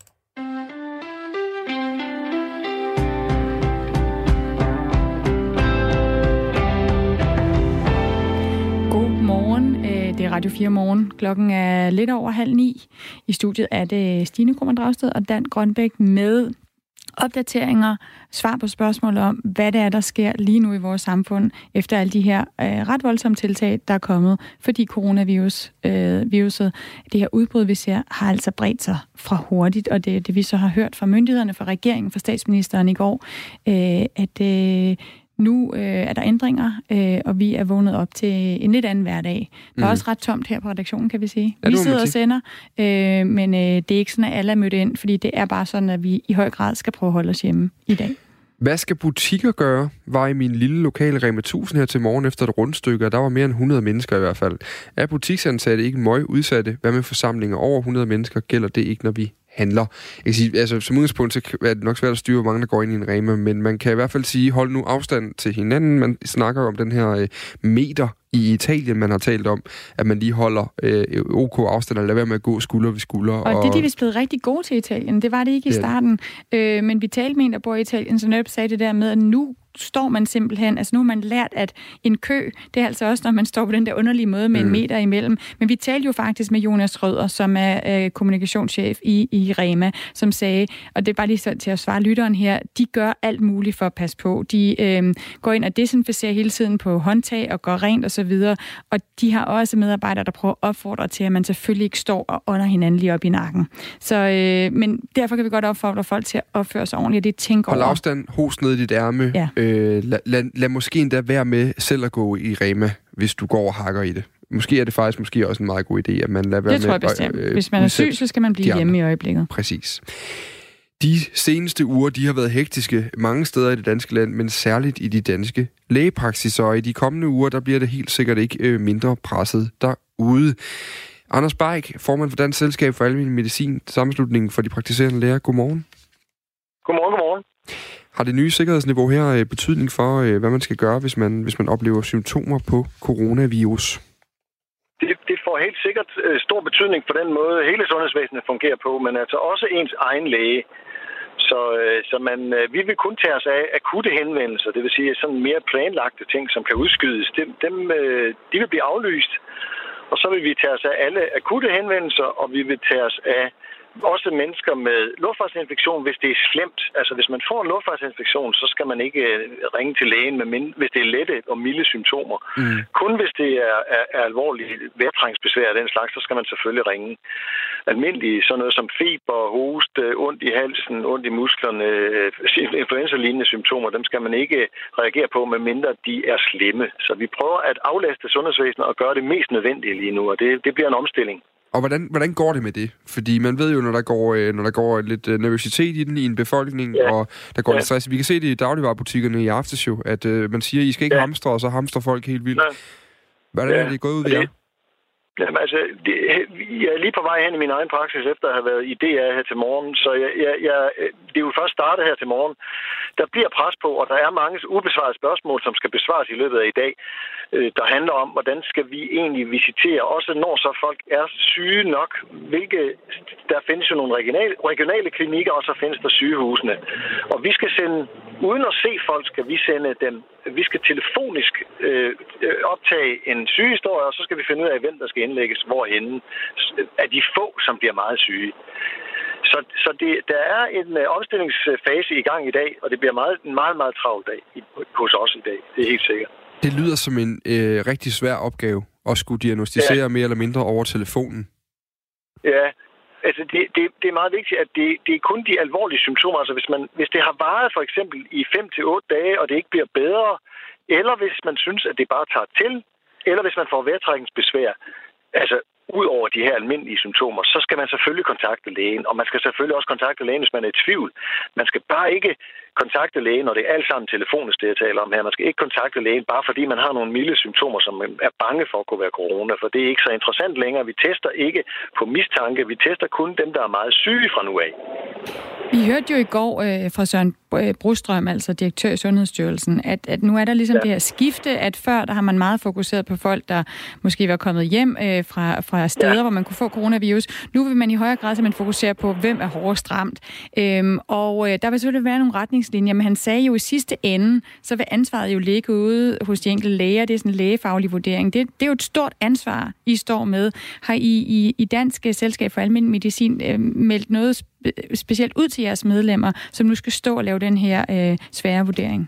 Det er Radio fire Morgen. Klokken er lidt over halv ni. I studiet er det Stine Krohmann Dragsted og Dan Grønbæk med opdateringer, svar på spørgsmål om, hvad det er, der sker lige nu i vores samfund, efter alle de her øh, ret voldsomme tiltag, der er kommet, fordi coronavirus, øh, viruset, det her udbrud, vi ser, har altså bredt sig fra hurtigt, og det det, vi så har hørt fra myndighederne, fra regeringen, fra statsministeren i går, øh, at øh, Nu øh, er der ændringer, øh, og vi er vågnet op til en lidt anden hverdag. Der er mm. også ret tomt her på redaktionen, kan vi sige. Ja, vi sidder og sender, øh, men øh, det er ikke sådan, at alle er mødt ind, fordi det er bare sådan, at vi i høj grad skal prøve at holde os hjemme i dag.
Hvad skal butikker gøre, var i min lille lokale Rema tusind her til morgen efter et rundstykke, og der var mere end hundrede mennesker i hvert fald. Er butiksansatte ikke møg udsatte? Hvad med forsamlinger over hundrede mennesker? Gælder det ikke, når vi handler? Jeg kan sige, altså, som udgangspunkt, så er det nok svært at styre, hvor mange der går ind i en Rema, men man kan i hvert fald sige, hold nu afstand til hinanden. Man snakker om den her øh, meter i Italien, man har talt om, at man lige holder øh, OK afstand, og lader være med at gå skulder ved skulder.
Og, og det er de vist blevet rigtig gode til Italien. Det var det ikke i starten. Ja. Øh, men vi talte med en, der bor i Italien, så netop sagde det der med, at nu står man simpelthen, altså nu har man lært, at en kø, det er altså også, når man står på den der underlige måde med mm. en meter imellem. Men vi talte jo faktisk med Jonas Rødder, som er øh, kommunikationschef i, i Rema, som sagde, og det er bare lige så til at svare lytteren her, de gør alt muligt for at passe på. De øh, går ind og desinficerer hele tiden på håndtag og går rent og så videre, og de har også medarbejdere, der prøver at opfordre til, at man selvfølgelig ikke står og ånder hinanden lige op i nakken. Så, øh, men derfor kan vi godt opfordre folk til at opføre sig ordentligt, og det tænker over.
Hold afstand, host ned i dit ærme, ja. øh, lad, lad, lad måske endda være med selv at gå i Rema, hvis du går og hakker i det. Måske er det faktisk måske også en meget god idé, at man lader være med...
Det tror jeg bestemt. Øh, Hvis man er syg, så skal man blive hjemme i øjeblikket.
Præcis. De seneste uger, de har været hektiske mange steder i det danske land, men særligt i de danske lægepraksiser. Og i de kommende uger, der bliver det helt sikkert ikke øh, mindre presset derude. Anders Bajk, formand for Dansk Selskab for Almen Medicin, sammenslutningen for de praktiserende læger. Godmorgen.
Godmorgen, godmorgen.
Har det nye sikkerhedsniveau her øh, betydning for, øh, hvad man skal gøre, hvis man, hvis man oplever symptomer på coronavirus?
Det, det får helt sikkert øh, stor betydning for den måde, hele sundhedsvæsenet fungerer på, men altså også ens egen læge. Så, øh, så man, øh, vi vil kun tage os af akutte henvendelser, det vil sige sådan mere planlagte ting, som kan udskydes. Dem, dem, øh, de vil blive aflyst, og så vil vi tage os af alle akutte henvendelser, og vi vil tage os af også mennesker med luftvejsinfektion, hvis det er slemt. Altså, hvis man får en luftvejsinfektion, så skal man ikke ringe til lægen, med mind- hvis det er lette og milde symptomer. Mm. Kun hvis det er, er, er alvorlige vejrtrængsbesvær af den slags, så skal man selvfølgelig ringe. Almindelige, sådan noget som feber, host, ondt i halsen, ondt i musklerne, influenza-lignende symptomer, dem skal man ikke reagere på, medmindre de er slemme. Så vi prøver at aflaste sundhedsvæsenet og gøre det mest nødvendige lige nu, og det, det bliver en omstilling.
Og hvordan, hvordan går det med det? Fordi man ved jo, når der går, når der går lidt nervøsitet i den i en befolkning, ja. og der går ja. lidt stress. Vi kan se det i dagligvarebutikkerne i aftes jo, at uh, man siger, I skal ikke ja. hamstre, og så hamstrer folk helt vildt. Ja. Hvordan ja. er det gået ud ved jer?
Jamen altså, det, jeg er lige på vej hen i min egen praksis, efter at have været i D R her til morgen, så jeg, jeg, jeg, det er jo først startet her til morgen. Der bliver pres på, og der er mange ubesvarede spørgsmål, som skal besvares i løbet af i dag, der handler om, hvordan skal vi egentlig visitere, også når så folk er syge nok, hvilke, der findes jo nogle regionale, regionale klinikker, og så findes der sygehusene. Og vi skal sende, uden at se folk, skal vi sende dem, vi skal telefonisk øh, optage en sygehistorie, og så skal vi finde ud af, hvem der skal indlægges hvorhenne af de få, som bliver meget syge. Så, så det, der er en øh, omstillingsfase i gang i dag, og det bliver meget, en meget, meget travl dag i, hos os i dag. Det er helt sikkert.
Det lyder som en øh, rigtig svær opgave at skulle diagnostisere ja. mere eller mindre over telefonen.
Ja, altså det, det, det er meget vigtigt, at det, det er kun de alvorlige symptomer. Altså hvis, man, hvis det har varet for eksempel i fem til otte dage, og det ikke bliver bedre, eller hvis man synes, at det bare tager til, eller hvis man får vejrtrækningsbesvær, altså ud over de her almindelige symptomer, så skal man selvfølgelig kontakte lægen, og man skal selvfølgelig også kontakte lægen, hvis man er i tvivl. Man skal bare ikke kontakte lægen, når det er alt sammen telefonisk, det jeg taler om her. Man skal ikke kontakte lægen, bare fordi man har nogle milde symptomer, som man er bange for at kunne være corona, for det er ikke så interessant længere. Vi tester ikke på mistanke, vi tester kun dem, der er meget syge fra nu af.
Vi hørte jo i går øh, fra Søren Brostrøm, altså direktør i Sundhedsstyrelsen, at, at nu er der ligesom ja. det her skifte, at før der har man meget fokuseret på folk, der måske var kommet hjem øh, fra, fra steder, ja. hvor man kunne få coronavirus. Nu vil man i højere grad simpelthen fokusere på, hvem er hårdest ramt. Øhm, og øh, der vil selvfølgelig være nogle retningslinjer, men han sagde jo i sidste ende, så vil ansvaret jo ligge ude hos de enkelte læger. Det er sådan en lægefaglig vurdering. Det, det er jo et stort ansvar, I står med. Har I i, i Dansk Selskab for Almen Medicin øh, meldt noget spe- specielt ud til jeres medlemmer, som nu skal stå og lave den her øh, svære vurdering?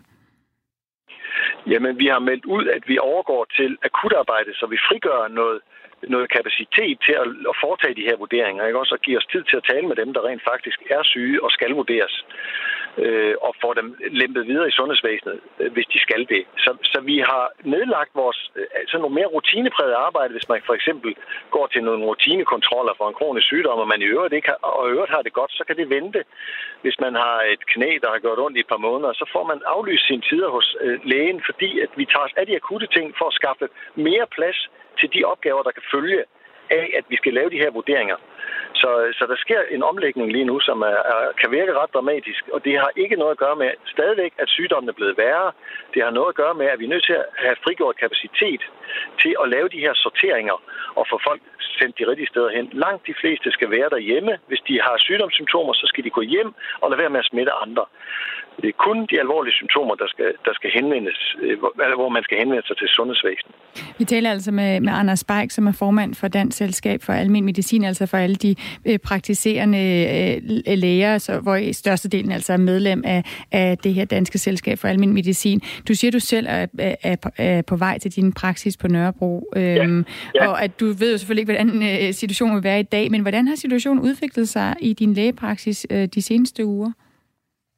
Jamen, vi har meldt ud, at vi overgår til akutarbejde, så vi frigør noget, noget kapacitet til at, at foretage de her vurderinger, ikke? Også at give os tid til at tale med dem, der rent faktisk er syge og skal vurderes, øh, og få dem lempet videre i sundhedsvæsenet, øh, hvis de skal det. Så, så vi har nedlagt vores øh, altså noget mere rutinepræget arbejde, hvis man for eksempel går til nogle rutinekontroller for en kronisk sygdom, og man i øvrigt, ikke har, og i øvrigt har det godt, så kan det vente. Hvis man har et knæ, der har gjort ondt i et par måneder, så får man aflyst sine tider hos øh, lægen, fordi at vi tager os af de akutte ting for at skaffe mere plads til de opgaver, der kan følge af, at vi skal lave de her vurderinger. Så, så der sker en omlægning lige nu, som er, er, kan virke ret dramatisk, og det har ikke noget at gøre med stadigvæk, at sygdommen er blevet værre. Det har noget at gøre med, at vi er nødt til at have frigjort kapacitet til at lave de her sorteringer og få folk sendt de rigtige steder hen. Langt de fleste skal være derhjemme. Hvis de har sygdomssymptomer, så skal de gå hjem og lade være med at smitte andre. Det er kun de alvorlige symptomer, der skal, der skal henvendes, hvor man skal henvende sig til sundhedsvæsenet.
Vi taler altså med, med Anders Bajk, som er formand for Dansk Selskab for Almen Medicin, altså for alle de øh, praktiserende øh, læger, så, hvor i størstedelen altså er medlem af, af det her Danske Selskab for Almen Medicin. Du siger, du selv er, er, er, er på vej til din praksis på Nørrebro, øhm, ja. Ja. og at du ved jo selvfølgelig ikke, hvordan øh, situationen vil være i dag, men hvordan har situationen udviklet sig i din lægepraksis øh, de seneste uger?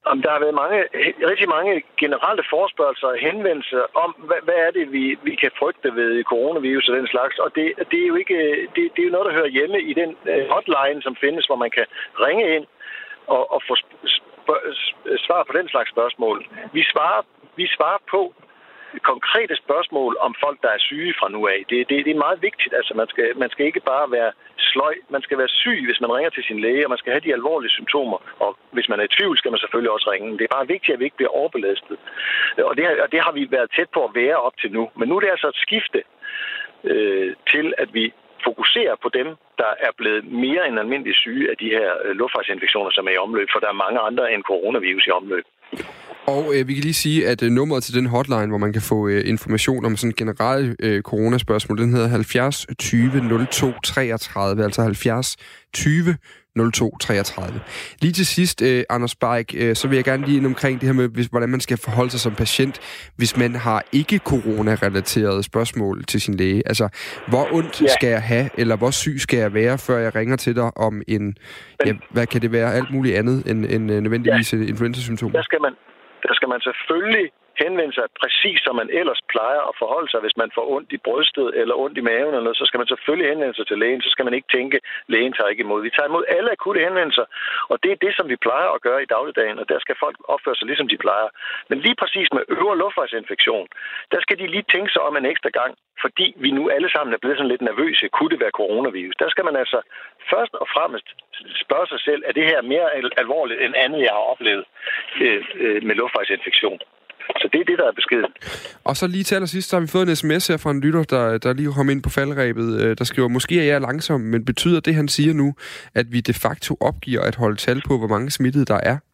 om der har været mange, rigtig mange generelle forespørgelser og henvendelser om, hvad, hvad er det, vi, vi kan frygte ved coronavirus og den slags. Og det, det er jo ikke, det, det er jo noget, der hører hjemme i den hotline, som findes, hvor man kan ringe ind og, og få svar på den slags spørgsmål. Vi svarer, vi svarer på konkrete spørgsmål om folk, der er syge fra nu af. Det, det, det er meget vigtigt. Altså, man skal, man skal ikke bare være sløj. Man skal være syg, hvis man ringer til sin læge, og man skal have de alvorlige symptomer. Og hvis man er i tvivl, skal man selvfølgelig også ringe. Det er bare vigtigt, at vi ikke bliver overbelastet. Og det, og det har vi været tæt på at være op til nu. Men nu er det altså et skifte øh, til, at vi fokuserer på dem, der er blevet mere end almindeligt syge af de her luftvejsinfektioner, som er i omløb, for der er mange andre end coronavirus i omløb.
Og øh, vi kan lige sige, at øh, nummeret til den hotline, hvor man kan få øh, information om sådan generelle øh, coronaspørgsmål, den hedder halvfjerds tyve nul to treogtredive, altså halvfjerds tyve nul to treogtredive. Lige til sidst, øh, Anders Bajk, øh, så vil jeg gerne lige ind omkring det her med, hvis, hvordan man skal forholde sig som patient, hvis man har ikke-corona-relaterede spørgsmål til sin læge. Altså, hvor ondt ja. skal jeg have, eller hvor syg skal jeg være, før jeg ringer til dig om en, ja, hvad kan det være, alt muligt andet end, end nødvendigvis ja. influenzasymptomer?
Der skal man, der skal man selvfølgelig henvende sig præcis, som man ellers plejer at forholde sig. Hvis man får ondt i brystet eller ondt i maven eller noget, så skal man selvfølgelig henvende sig til lægen. Så skal man ikke tænke, lægen tager ikke imod. Vi tager imod alle akutte henvendelser, og det er det, som vi plejer at gøre i dagligdagen, og der skal folk opføre sig, ligesom de plejer. Men lige præcis med øvre luftvejsinfektion, der skal de lige tænke sig om en ekstra gang, fordi vi nu alle sammen er blevet sådan lidt nervøse. Kunne det være coronavirus? Der skal man altså først og fremmest spørge sig selv, er det her mere alvorligt end andet, jeg har oplevet øh, øh, med luftvejsinfektion? Så det er det, der er beskeden.
Og så lige til allersidst, så har vi fået en sms her fra en lytter, der, der lige kom ind på faldrebet, der skriver, måske er jeg langsom, men betyder det, han siger nu, at vi de facto opgiver at holde tal på, hvor mange smittede der er?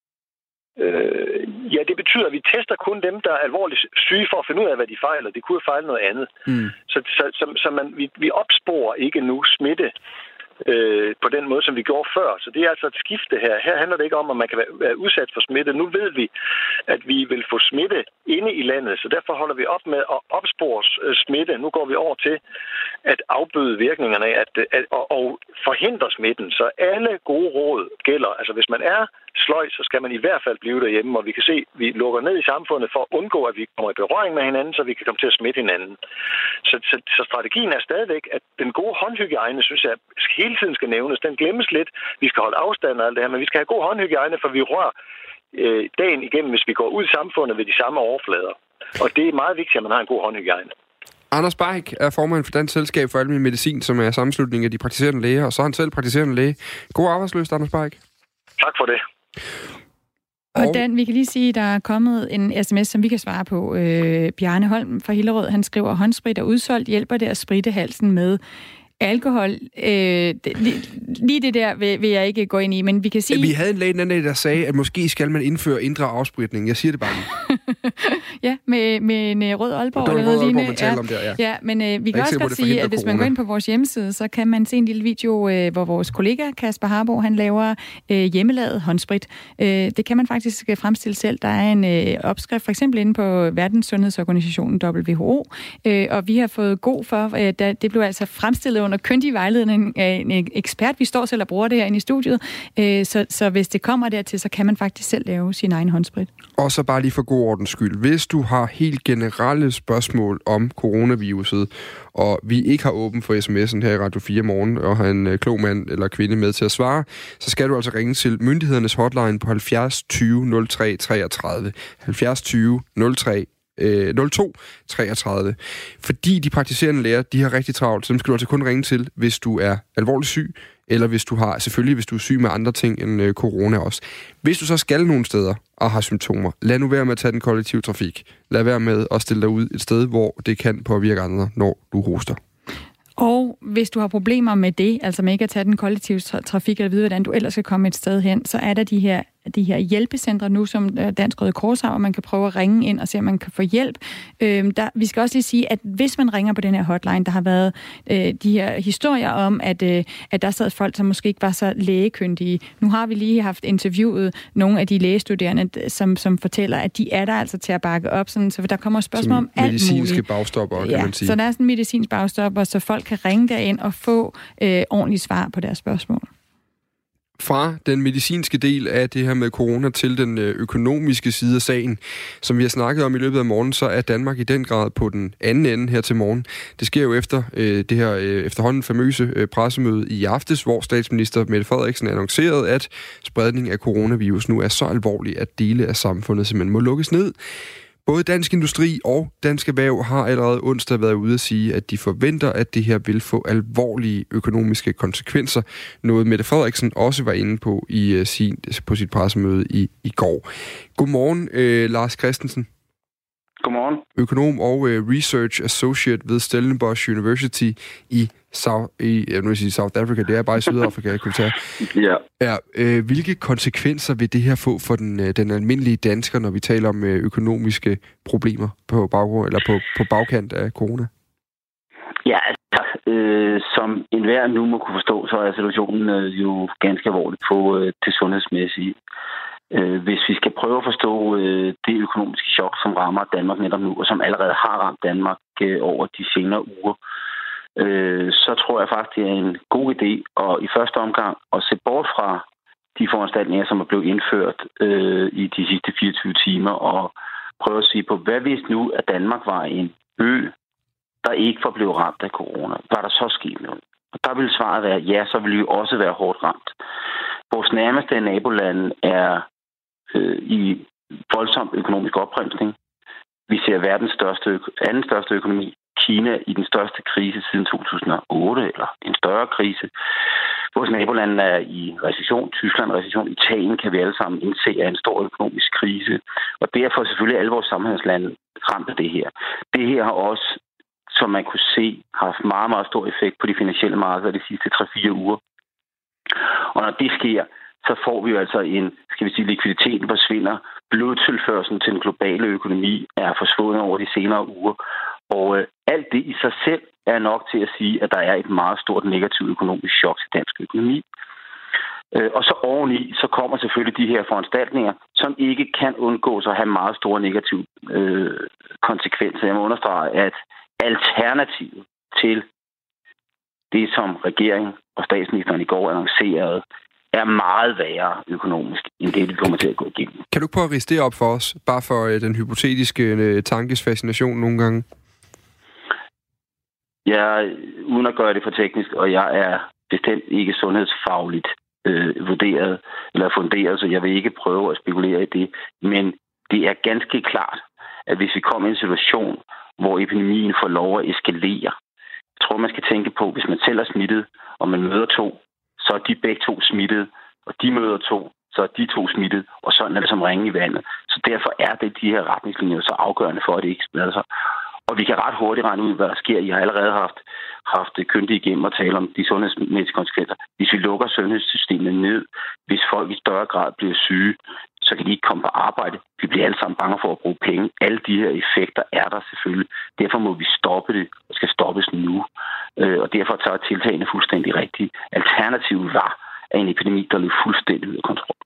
Øh, ja, det betyder, at vi tester kun dem, der er alvorligt syge, for at finde ud af, hvad de fejler. Det kunne fejle noget andet. Mm. Så, så, så, så man, vi, vi opsporer ikke nu smitte Øh, på den måde, som vi gjorde før. Så det er altså et skifte her. Her handler det ikke om, at man kan være udsat for smitte. Nu ved vi, at vi vil få smitte inde i landet, så derfor holder vi op med at opspore smitte. Nu går vi over til at afbøde virkningerne af at, at, at, og forhindre smitten. Så alle gode råd gælder. Altså hvis man er sløj, så skal man i hvert fald blive derhjemme, og vi kan se, at vi lukker ned i samfundet for at undgå, at vi kommer i berøring med hinanden, så vi kan komme til at smitte hinanden. Så, så, så strategien er stadigvæk, at den gode håndhygiejne, synes jeg, hele tiden skal nævnes. Den glemmes lidt. Vi skal holde afstand og alt det her, men vi skal have god håndhygiejne, for vi rører øh, dagen igennem, hvis vi går ud i samfundet ved de samme overflader. Og det er meget vigtigt, at man har en god håndhygiejne.
Anders Bajk er formand for Dansk Selskab for Almen Medicin, som er sammenslutning af de praktiserende læger, og så er han selv praktiserende læge. God arbejdsløst, Anders Bajk.
Tak for det.
Og Dan, vi kan lige sige, at der er kommet en sms, som vi kan svare på. Øh, Bjarne Holm fra Hillerød, han skriver, håndsprit er udsolgt. Hjælper det at spritte halsen med alkohol? Øh, det, lige, lige det der vil, vil jeg ikke gå ind i, men vi kan sige...
Vi havde en læge den anden dag, der sagde, at måske skal man indføre indre afspritning. Jeg siger det bare lige.
Ja, med, med en rød Aalborg eller noget lignende. Ja, om der, ja. ja, men øh, vi kan også godt sige, at hvis man går ind på vores hjemmeside, så kan man se en lille video, øh, hvor vores kollega Kasper Harbo, han laver øh, hjemmelavet håndsprit. Øh, det kan man faktisk fremstille selv. Der er en øh, opskrift, for eksempel inde på Verdenssundhedsorganisationen W H O, øh, og vi har fået god for, øh, da, det blev altså fremstillet under kyndig vejledning af en ekspert. Vi står selv og bruger det her inde i studiet, øh, så, så hvis det kommer dertil, så kan man faktisk selv lave sin egen håndsprit.
Og så bare lige for god ordens skyld. Hvis du har helt generelle spørgsmål om coronaviruset, og vi ikke har åben for sms'en her i Radio fire morgen, og har en klog mand eller kvinde med til at svare, så skal du altså ringe til myndighedernes hotline på halvfjerds tyve nul tre treogtredive. halvfjerds tyve nul tre nul to treogtredive. Fordi de praktiserende læger, de har rigtig travlt, så dem skal du altså kun ringe til, hvis du er alvorligt syg, eller hvis du har, selvfølgelig hvis du er syg med andre ting end øh, corona også. Hvis du så skal nogle steder og har symptomer, lad nu være med at tage den kollektive trafik. Lad være med at stille dig ud et sted, hvor det kan påvirke andre, når du hoster.
Og hvis du har problemer med det, altså med ikke at tage den kollektive trafik, eller vide, hvordan du ellers skal komme et sted hen, så er der de her, de her hjælpecentre nu, som Dansk Røde Kors har, og man kan prøve at ringe ind og se, om man kan få hjælp. Øhm, der, vi skal også lige sige, at hvis man ringer på den her hotline, der har været øh, de her historier om, at, øh, at der sad folk, som måske ikke var så lægekyndige. Nu har vi lige haft interviewet nogle af de lægestuderende, som, som fortæller, at de er der altså til at bakke op, sådan, så der kommer spørgsmål om alt muligt.
Medicinske bagstopper, kan
ja,
man sige.
Så der er sådan en medicinsk bagstopper, så folk kan ringe derind og få øh, ordentligt svar på deres spørgsmål.
Fra den medicinske del af det her med corona til den økonomiske side af sagen. Som vi har snakket om i løbet af morgen, så er Danmark i den grad på den anden ende her til morgen. Det sker jo efter øh, det her øh, efterhånden famøse øh, pressemøde i aftes, hvor statsminister Mette Frederiksen annoncerede, at spredning af coronavirus nu er så alvorlig, at dele af samfundet simpelthen må lukkes ned. Både Dansk Industri og Dansk Erhverv har allerede onsdag været ude at sige, at de forventer, at det her vil få alvorlige økonomiske konsekvenser. Noget Mette Frederiksen også var inde på i uh, sin, på sit pressemøde i, i går. Godmorgen, øh, Lars Christensen.
Godmorgen.
Økonom og øh, Research Associate ved Stellenbosch University i South, i, jeg vil sige South Africa, det er bare i Sydafrika, jeg kunne tage.
Ja.
Ja, øh, hvilke konsekvenser vil det her få for den, øh, den almindelige dansker, når vi taler om øh, økonomiske problemer på baggrund eller på, på bagkant af corona?
Ja, altså, øh, som enhver nu må kunne forstå, så er situationen øh, jo ganske alvorlig på øh, det sundhedsmæssige. Øh, hvis vi skal prøve at forstå øh, det økonomiske chok, som rammer Danmark netop nu, og som allerede har ramt Danmark øh, over de senere uger, øh, så tror jeg faktisk, det er en god idé at i første omgang at se bort fra de foranstaltninger, som er blevet indført øh, i de sidste fireogtyve timer, og prøve at sige på, hvad hvis nu, at Danmark var en ø, der ikke var blevet ramt af corona? Var der så sket noget? Og der ville svaret være, ja, så ville vi også være hårdt ramt. Vores nærmeste nabolande er øh, i voldsom økonomisk opbremsning. Vi ser verdens største, anden største økonomi, Kina, i den største krise siden to tusind og otte, eller en større krise. Vores nabolande er i recession, Tyskland recession, Italien kan vi alle sammen indse er en stor økonomisk krise. Og derfor er selvfølgelig alle vores sammenhængslande ramt af det her. Det her har også, som man kunne se, haft meget, meget stor effekt på de finansielle markeder de sidste tre fire uger. Og når det sker, så får vi jo altså en, skal vi sige, likviditeten forsvinder. Blodtilførselen til den globale økonomi er forsvundet over de senere uger. Og øh, alt det i sig selv er nok til at sige, at der er et meget stort negativt økonomisk chok til dansk økonomi. Øh, og så oveni, så kommer selvfølgelig de her foranstaltninger, som ikke kan undgås at have meget store negative øh, konsekvenser. Jeg må understrege, at alternativet til det, som regeringen og statsministeren i går annoncerede, er meget værre økonomisk, end det, vi kommer til at gå igennem.
Kan du prøve at riste det op for os, bare for øh, den hypotetiske øh, tankes fascination nogle gange?
Jeg, uden at gøre det for teknisk, og jeg er bestemt ikke sundhedsfagligt øh, vurderet eller funderet, så jeg vil ikke prøve at spekulere i det, men det er ganske klart, at hvis vi kommer i en situation, hvor epidemien får lov at eskalere, jeg tror, man skal tænke på, hvis man selv er smittet, og man møder to, så er de begge to smittet, og de møder to, så er de to smittet, og sådan er det som ringe i vandet. Så derfor er det de her retningslinjer så afgørende for, at det ikke spreder sig. Og vi kan ret hurtigt regne ud, hvad der sker. Jeg har allerede haft, haft kyndige igennem og tale om de sundhedsmæssige konsekvenser. Hvis vi lukker sundhedssystemet ned, hvis folk i større grad bliver syge, så kan de ikke komme på arbejde. Vi bliver alle sammen bange for at bruge penge. Alle de her effekter er der selvfølgelig. Derfor må vi stoppe det, og skal stoppes nu. Og derfor tager tiltagene fuldstændig rigtigt. Alternativet var af en epidemi, der løb fuldstændig ud af kontrol.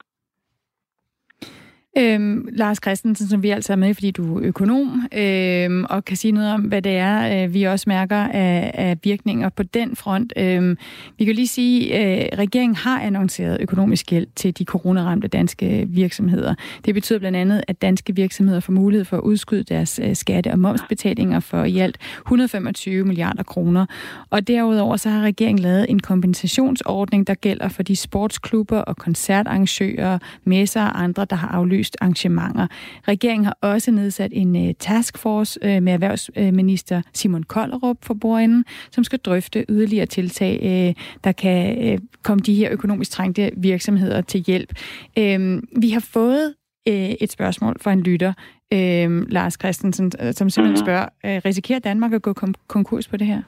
Øhm, Lars Christensen, som vi altså er med, fordi du er økonom, øhm, og kan sige noget om, hvad det er, øh, vi også mærker af, af virkninger på den front. Øhm, vi kan lige sige, at øh, regeringen har annonceret økonomisk hjælp til de coronaramte danske virksomheder. Det betyder blandt andet, at danske virksomheder får mulighed for at udskyde deres øh, skatte- og momsbetalinger for i alt et hundrede og femogtyve milliarder kroner. Og derudover så har regeringen lavet en kompensationsordning, der gælder for de sportsklubber og koncertarrangører, messer og andre, der har aflyst arrangementer. Regeringen har også nedsat en uh, taskforce uh, med erhvervsminister Simon Kollerup for bordenden, som skal drøfte yderligere tiltag, uh, der kan uh, komme de her økonomisk trængte virksomheder til hjælp. Uh, vi har fået uh, et spørgsmål fra en lytter, uh, Lars Christensen, som simpelthen spørger, uh, risikerer Danmark at gå kom- konkurs på det her?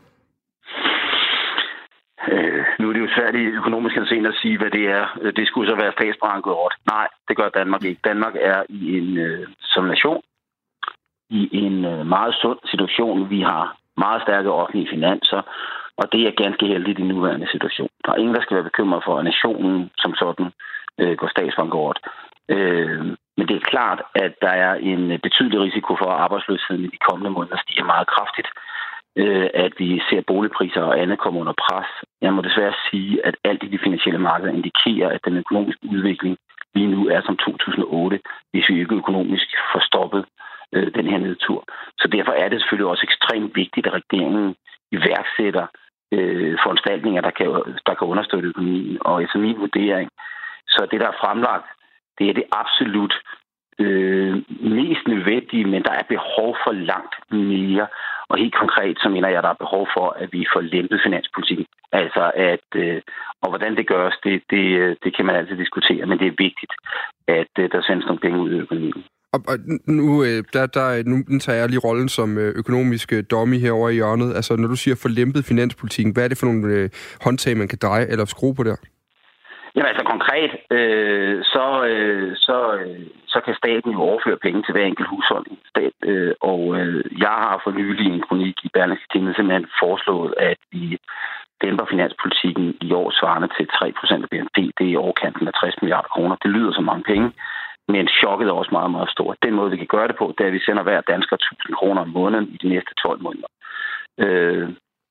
Øh, nu er det jo svært i økonomisk henseende at sige, hvad det er. Det skulle så være statsbankerot. Nej, det gør Danmark ikke. Danmark er i en, øh, som nation, i en øh, meget sund situation. Vi har meget stærke offentlige finanser, og det er ganske heldigt i den nuværende situation. Der er ingen, der skal være bekymret for, at nationen som sådan øh, går statsbankerot. Øh, men det er klart, at der er en betydelig risiko for, at arbejdsløsheden i de kommende måneder stiger meget kraftigt. At vi ser boligpriser og andet komme under pres, jeg må desværre sige, at alt i de finansielle markeder indikerer, at den økonomiske udvikling lige nu er som to tusind og otte, hvis vi ikke økonomisk får stoppet øh, den her nedtur. Så derfor er det selvfølgelig også ekstremt vigtigt, at regeringen iværksætter øh, foranstaltninger, der kan, der kan understøtte økonomien. Og efter min vurdering, så det, der er fremlagt, det er det absolut øh, mest nødvendige, men der er behov for langt mere. Og helt konkret, så mener jeg, at der er behov for, at vi får lempet finanspolitikken. Altså, at, øh, og hvordan det gøres, det, det, det kan man altid diskutere, men det er vigtigt, at øh, der sendes nogle penge ud i økonomien.
Og, og nu, der, der, nu tager jeg lige rollen som økonomisk dummy herover i hjørnet. Altså, når du siger forlempet finanspolitikken, hvad er det for nogle øh, håndtag, man kan dreje eller skrue på der?
Jamen altså konkret, øh, så, øh, så, øh, så kan staten jo overføre penge til hver enkelt husholdning. Stat, øh, og øh, jeg har for nylig en kronik i Berlingske Tidende simpelthen foreslået, at vi dæmper finanspolitikken i år svarende til tre procent af B N P. Det er i overkanten af tres milliarder kroner. Det lyder så mange penge, men chokket er også meget, meget stort. Den måde, vi kan gøre det på, det er, at vi sender hver dansker tusind kroner om måneden i de næste tolv måneder. Øh,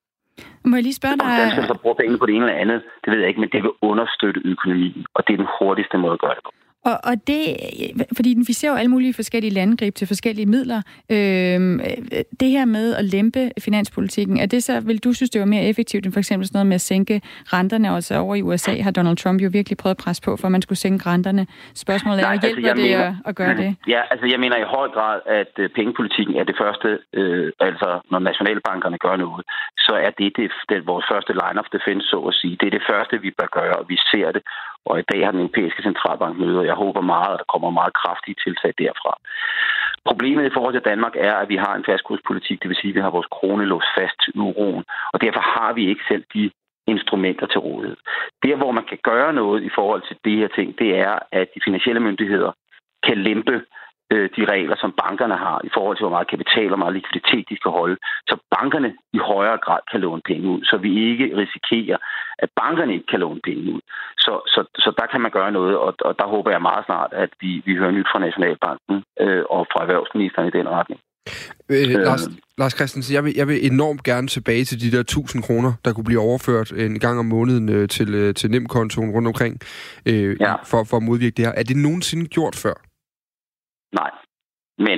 Må jeg lige spørge dig...
Om danskerne så bruger penge på det ene eller andet, det ved jeg ikke, men det vil understøtte økonomien, og det er den hurtigste måde at gøre det på.
Og, og det, fordi vi ser jo alle mulige forskellige landgreb til forskellige midler. Øhm, det her med at lempe finanspolitikken, er det så, vil du synes, det var mere effektivt end for eksempel sådan noget med at sænke renterne? Også over i U S A har Donald Trump jo virkelig prøvet at presse på, for at man skulle sænke renterne. Spørgsmålet er, Nej, hjælper altså, det mener, at, at gøre det?
Ja, altså jeg mener i høj grad, at pengepolitikken er det første, øh, altså når nationalbankerne gør noget, så er det, det, det vores første line of defense, så at sige. Det er det første, vi bør gøre, og vi ser det. Og i dag har den europæiske centralbank møder. Jeg håber meget, at der kommer meget kraftige tiltag derfra. Problemet i forhold til Danmark er, at vi har en fastkurspolitik, det vil sige, at vi har vores krone låst fast til euroen, og derfor har vi ikke selv de instrumenter til rådighed. Der, hvor man kan gøre noget i forhold til de her ting, det er, at de finansielle myndigheder kan lempe de regler, som bankerne har i forhold til, hvor meget kapital og meget likviditet de skal holde, så bankerne i højere grad kan låne penge ud, så vi ikke risikerer, at bankerne ikke kan låne penge ud. Så, så, så der kan man gøre noget, og, og der håber jeg meget snart, at vi, vi hører nyt fra Nationalbanken øh, og fra erhvervsministeren i den retning.
Øh, øh, Lars, Lars Christensen, jeg vil, jeg vil enormt gerne tilbage til de der tusind kroner, der kunne blive overført en gang om måneden øh, til, øh, til NemKontoen rundt omkring, øh, ja. for, for at modvirke det her. Er det nogensinde gjort før?
Nej, men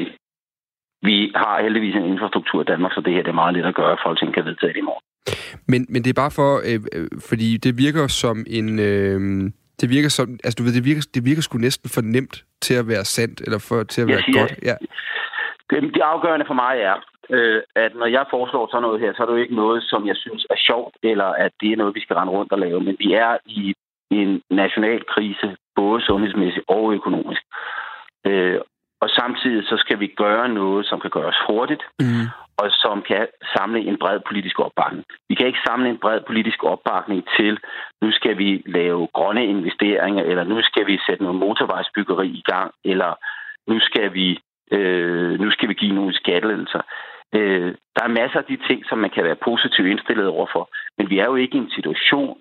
vi har heldigvis en infrastruktur i Danmark, så det her det er meget let at gøre, at Folketinget kan vedtage det i morgen.
Men, men det er bare for, øh, fordi det virker som en... Øh, det virker som... Altså, du ved, det virker, det virker sgu næsten for nemt til at være sandt, eller for, til at være siger, godt. Ja.
Det, det afgørende for mig er, øh, at når jeg foreslår sådan noget her, så er det jo ikke noget, som jeg synes er sjovt, eller at det er noget, vi skal rende rundt og lave. Men vi er i en national krise, både sundhedsmæssigt og økonomisk. Øh, Og samtidig så skal vi gøre noget, som kan gøres hurtigt, mm. og som kan samle en bred politisk opbakning. Vi kan ikke samle en bred politisk opbakning til, nu skal vi lave grønne investeringer, eller nu skal vi sætte noget motorvejsbyggeri i gang, eller nu skal vi, øh, nu skal vi give nogle skattelettelser. Øh, der er masser af de ting, som man kan være positivt indstillet overfor, men vi er jo ikke i en situation,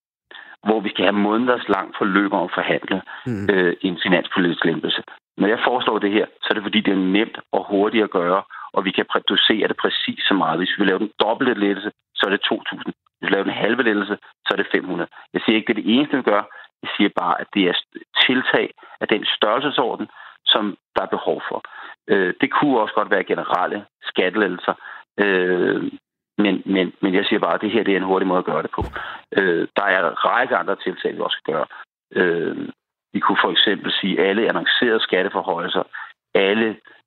hvor vi skal have måneders langt forløb om at forhandle mm. øh, en finanspolitisk lempelse. Når jeg foreslår det her, så er det fordi, det er nemt og hurtigt at gøre, og vi kan reducere det præcis så meget. Hvis vi vil lave den dobbelte lettelse, så er det to tusind. Hvis vi vil lave den halve lettelse, så er det fem hundrede. Jeg siger ikke, det er det eneste, vi gør. Jeg siger bare, at det er tiltag af den størrelsesorden, som der er behov for. Øh, det kunne også godt være generelle skattelettelser, øh, men, men, men jeg siger bare, at det her det er en hurtig måde at gøre det på. Øh, der er en række andre tiltag, vi også skal gøre. Øh, Vi kunne for eksempel sige, at alle annoncerede skatteforhøjelser, alle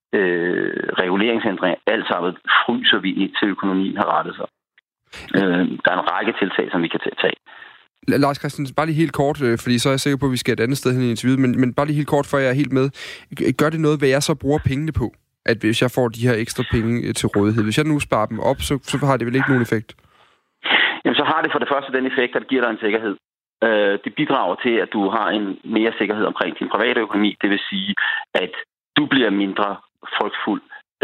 øh, reguleringsændringer, alt sammen fryser vi ind til økonomien har rettet sig. Øh, der er en række tiltag, som vi kan tage.
Lars Christensen, bare lige helt kort, fordi så er jeg sikker på, at vi skal et andet sted hen i interviewet, men, men bare lige helt kort, for jeg er helt med. Gør det noget, hvad jeg så bruger pengene på? At hvis jeg får de her ekstra penge til rådighed, hvis jeg nu sparer dem op, så, så har det vel ikke nogen effekt?
Jamen, så har det for det første den effekt, at det giver dig en sikkerhed. Det bidrager til, at du har en mere sikkerhed omkring din private økonomi. Det vil sige, at du bliver mindre frygtfuld,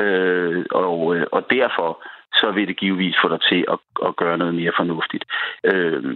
øh, og, og derfor så vil det givetvis få dig til at, at gøre noget mere fornuftigt. Øh,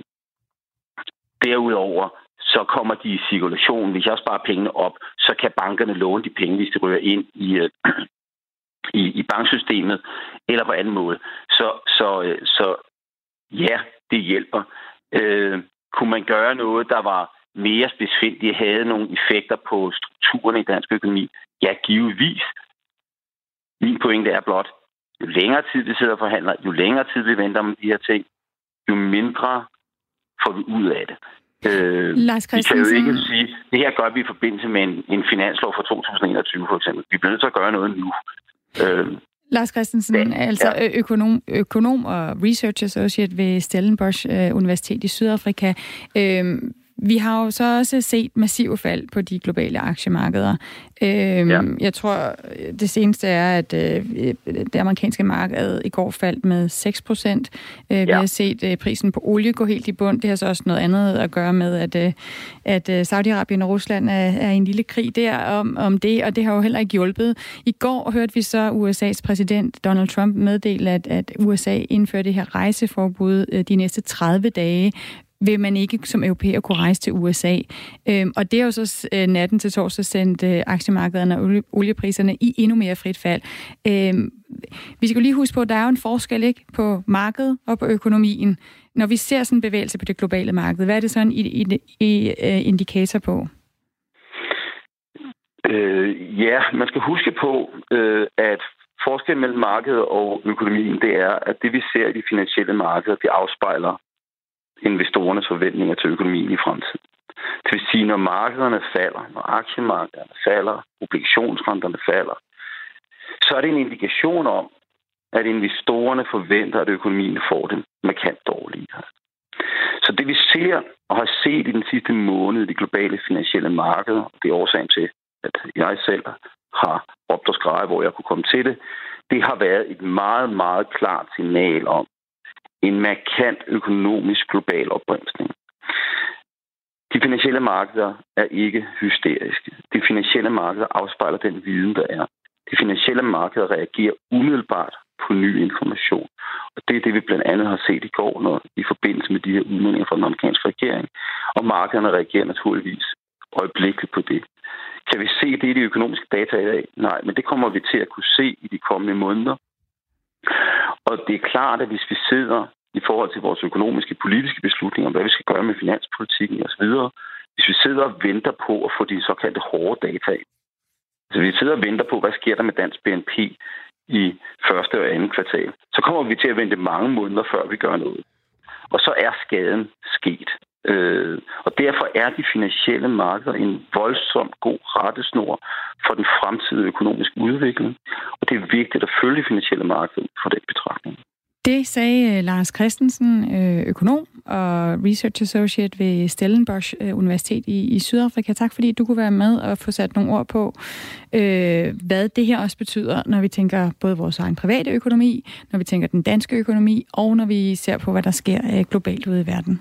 derudover så kommer de i cirkulation. Hvis jeg sparer pengene op, så kan bankerne låne de penge, hvis de ryger ind i, øh, i, i banksystemet, eller på anden måde. Så, så, så ja, det hjælper. Øh, kunne man gøre noget, der var mere specifikt, havde nogle effekter på strukturen i dansk økonomi? Ja, givetvis. Min pointe er blot, jo længere tid vi sidder og forhandler, jo længere tid vi venter om de her ting, jo mindre får vi ud af det. Øh,
Lars Christensen...
Vi kan jo ikke sige, det her gør vi i forbindelse med en, en finanslov for to tusind og enogtyve for eksempel. Vi bliver nødt til at gøre noget nu. Øh,
Lars Christensen, ja. altså økonom, økonom og research associate ved Stellenbosch uh, Universitet i Sydafrika. Øh, Vi har jo så også set massive fald på de globale aktiemarkeder. Øhm, ja. Jeg tror, det seneste er, at øh, det amerikanske marked i går faldt med seks procent. Øh, ja. Vi har set øh, prisen på olie gå helt i bund. Det har så også noget andet at gøre med, at, øh, at øh, Saudi-Arabien og Rusland er, er i en lille krig der om, om det, og det har jo heller ikke hjulpet. I går hørte vi så U S A's præsident Donald Trump meddele, at, at U S A indfører det her rejseforbud øh, de næste tredive dage, vil man ikke som europæer kunne rejse til U S A. Øhm, og det er jo så øh, natten til torsdag sendt øh, aktiemarkederne og olie, oliepriserne i endnu mere frit fald. Øhm, vi skal jo lige huske på, at der er jo en forskel ikke, på markedet og på økonomien. Når vi ser sådan en bevægelse på det globale marked, hvad er det sådan en i, i, i, uh, indikator på?
Øh, ja, man skal huske på, øh, at forskellen mellem markedet og økonomien, det er, at det vi ser i de finansielle markeder, det afspejler investorernes forventninger til økonomien i fremtiden. Det vil sige, når markederne falder, når aktiemarkederne falder, obligationsrenterne falder, så er det en indikation om, at investorerne forventer, at økonomien får det markant dårligere. Så det vi ser og har set i den sidste måned i de globale finansielle markeder, og det er årsagen til, at jeg selv har råbt og skreget, hvor jeg kunne komme til det, det har været et meget, meget klart signal om, en markant økonomisk global opbremsning. De finansielle markeder er ikke hysteriske. De finansielle markeder afspejler den viden, der er. De finansielle markeder reagerer umiddelbart på ny information. Og det er det, vi blandt andet har set i går, når, i forbindelse med de her udmeldinger fra den amerikanske regering. Og markederne reagerer naturligvis øjeblikkeligt på det. Kan vi se det i de økonomiske data i dag? Nej, men det kommer vi til at kunne se i de kommende måneder. Og det er klart, at hvis vi sidder i forhold til vores økonomiske, politiske beslutninger, hvad vi skal gøre med finanspolitikken osv., hvis vi sidder og venter på at få de såkaldte hårde data, så vi sidder og venter på, hvad sker der med dansk B N P i første og anden kvartal, så kommer vi til at vente mange måneder, før vi gør noget. Og så er skaden sket. Øh, og derfor er de finansielle markeder en voldsomt god rettesnor for den fremtidige økonomiske udvikling. Og det er vigtigt at følge de finansielle markeder for den betragtning.
Det sagde Lars Christensen, økonom og research associate ved Stellenbosch Universitet i, i Sydafrika. Tak fordi du kunne være med og få sat nogle ord på, øh, hvad det her også betyder, når vi tænker både vores egen private økonomi, når vi tænker den danske økonomi, og når vi ser på, hvad der sker globalt ude i verden.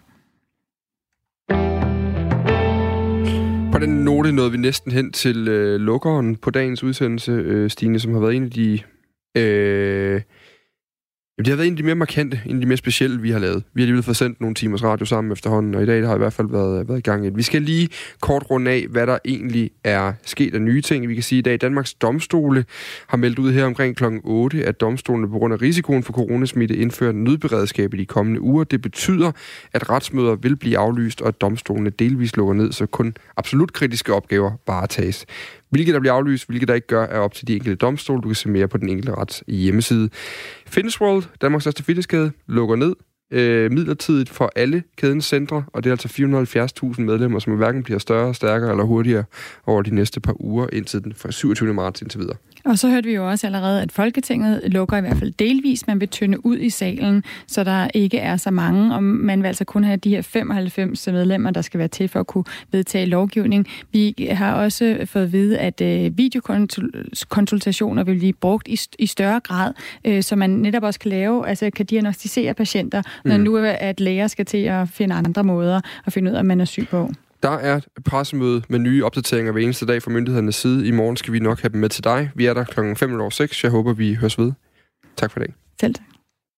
På den note nåede vi næsten hen til øh, lukkeren på dagens udsendelse, øh, Stine, som har været en af de... Øh, det har været en af de mere markante, en af de mere specielle, vi har lavet. Vi har lige fået sendt nogle timers radio sammen efterhånden, og i dag der har i hvert fald været, været i gang i det. Vi skal lige kort runde af, hvad der egentlig er sket af nye ting. Vi kan sige i dag, Danmarks domstole har meldt ud her omkring klokken otte, at domstolene på grund af risikoen for coronasmitte indfører nødberedskab i de kommende uger. Det betyder, at retsmøder vil blive aflyst, og at domstolene delvis lukker ned, så kun absolut kritiske opgaver varetages. Hvilke der bliver aflyst, hvilke der ikke gør, er op til de enkelte domstole. Du kan se mere på den enkelte rets hjemmeside. Fitness World, Danmarks største fitnesskæde, lukker ned øh, midlertidigt for alle kædens centre, og det er altså fire hundrede og halvfjerds tusind medlemmer, som hverken bliver større, stærkere eller hurtigere over de næste par uger indtil den fra syvogtyvende marts indtil videre. Og så hørte vi jo også allerede, at Folketinget lukker i hvert fald delvis. Man vil tynde ud i salen, så der ikke er så mange, og man vil altså kun have de her femoghalvfems medlemmer, der skal være til for at kunne vedtage lovgivning. Vi har også fået at vide, at videokonsultationer vil blive brugt i større grad, så man netop også kan lave, altså kan diagnostisere patienter, når mm. nu er, at læger skal til at finde andre måder at finde ud af, om man er syg på. Der er et pressemøde med nye opdateringer hver eneste dag fra myndighedernes side. I morgen skal vi nok have dem med til dig. Vi er der klokken fem over seks. Jeg håber, vi høres ved. Tak for i dag. Selv tak.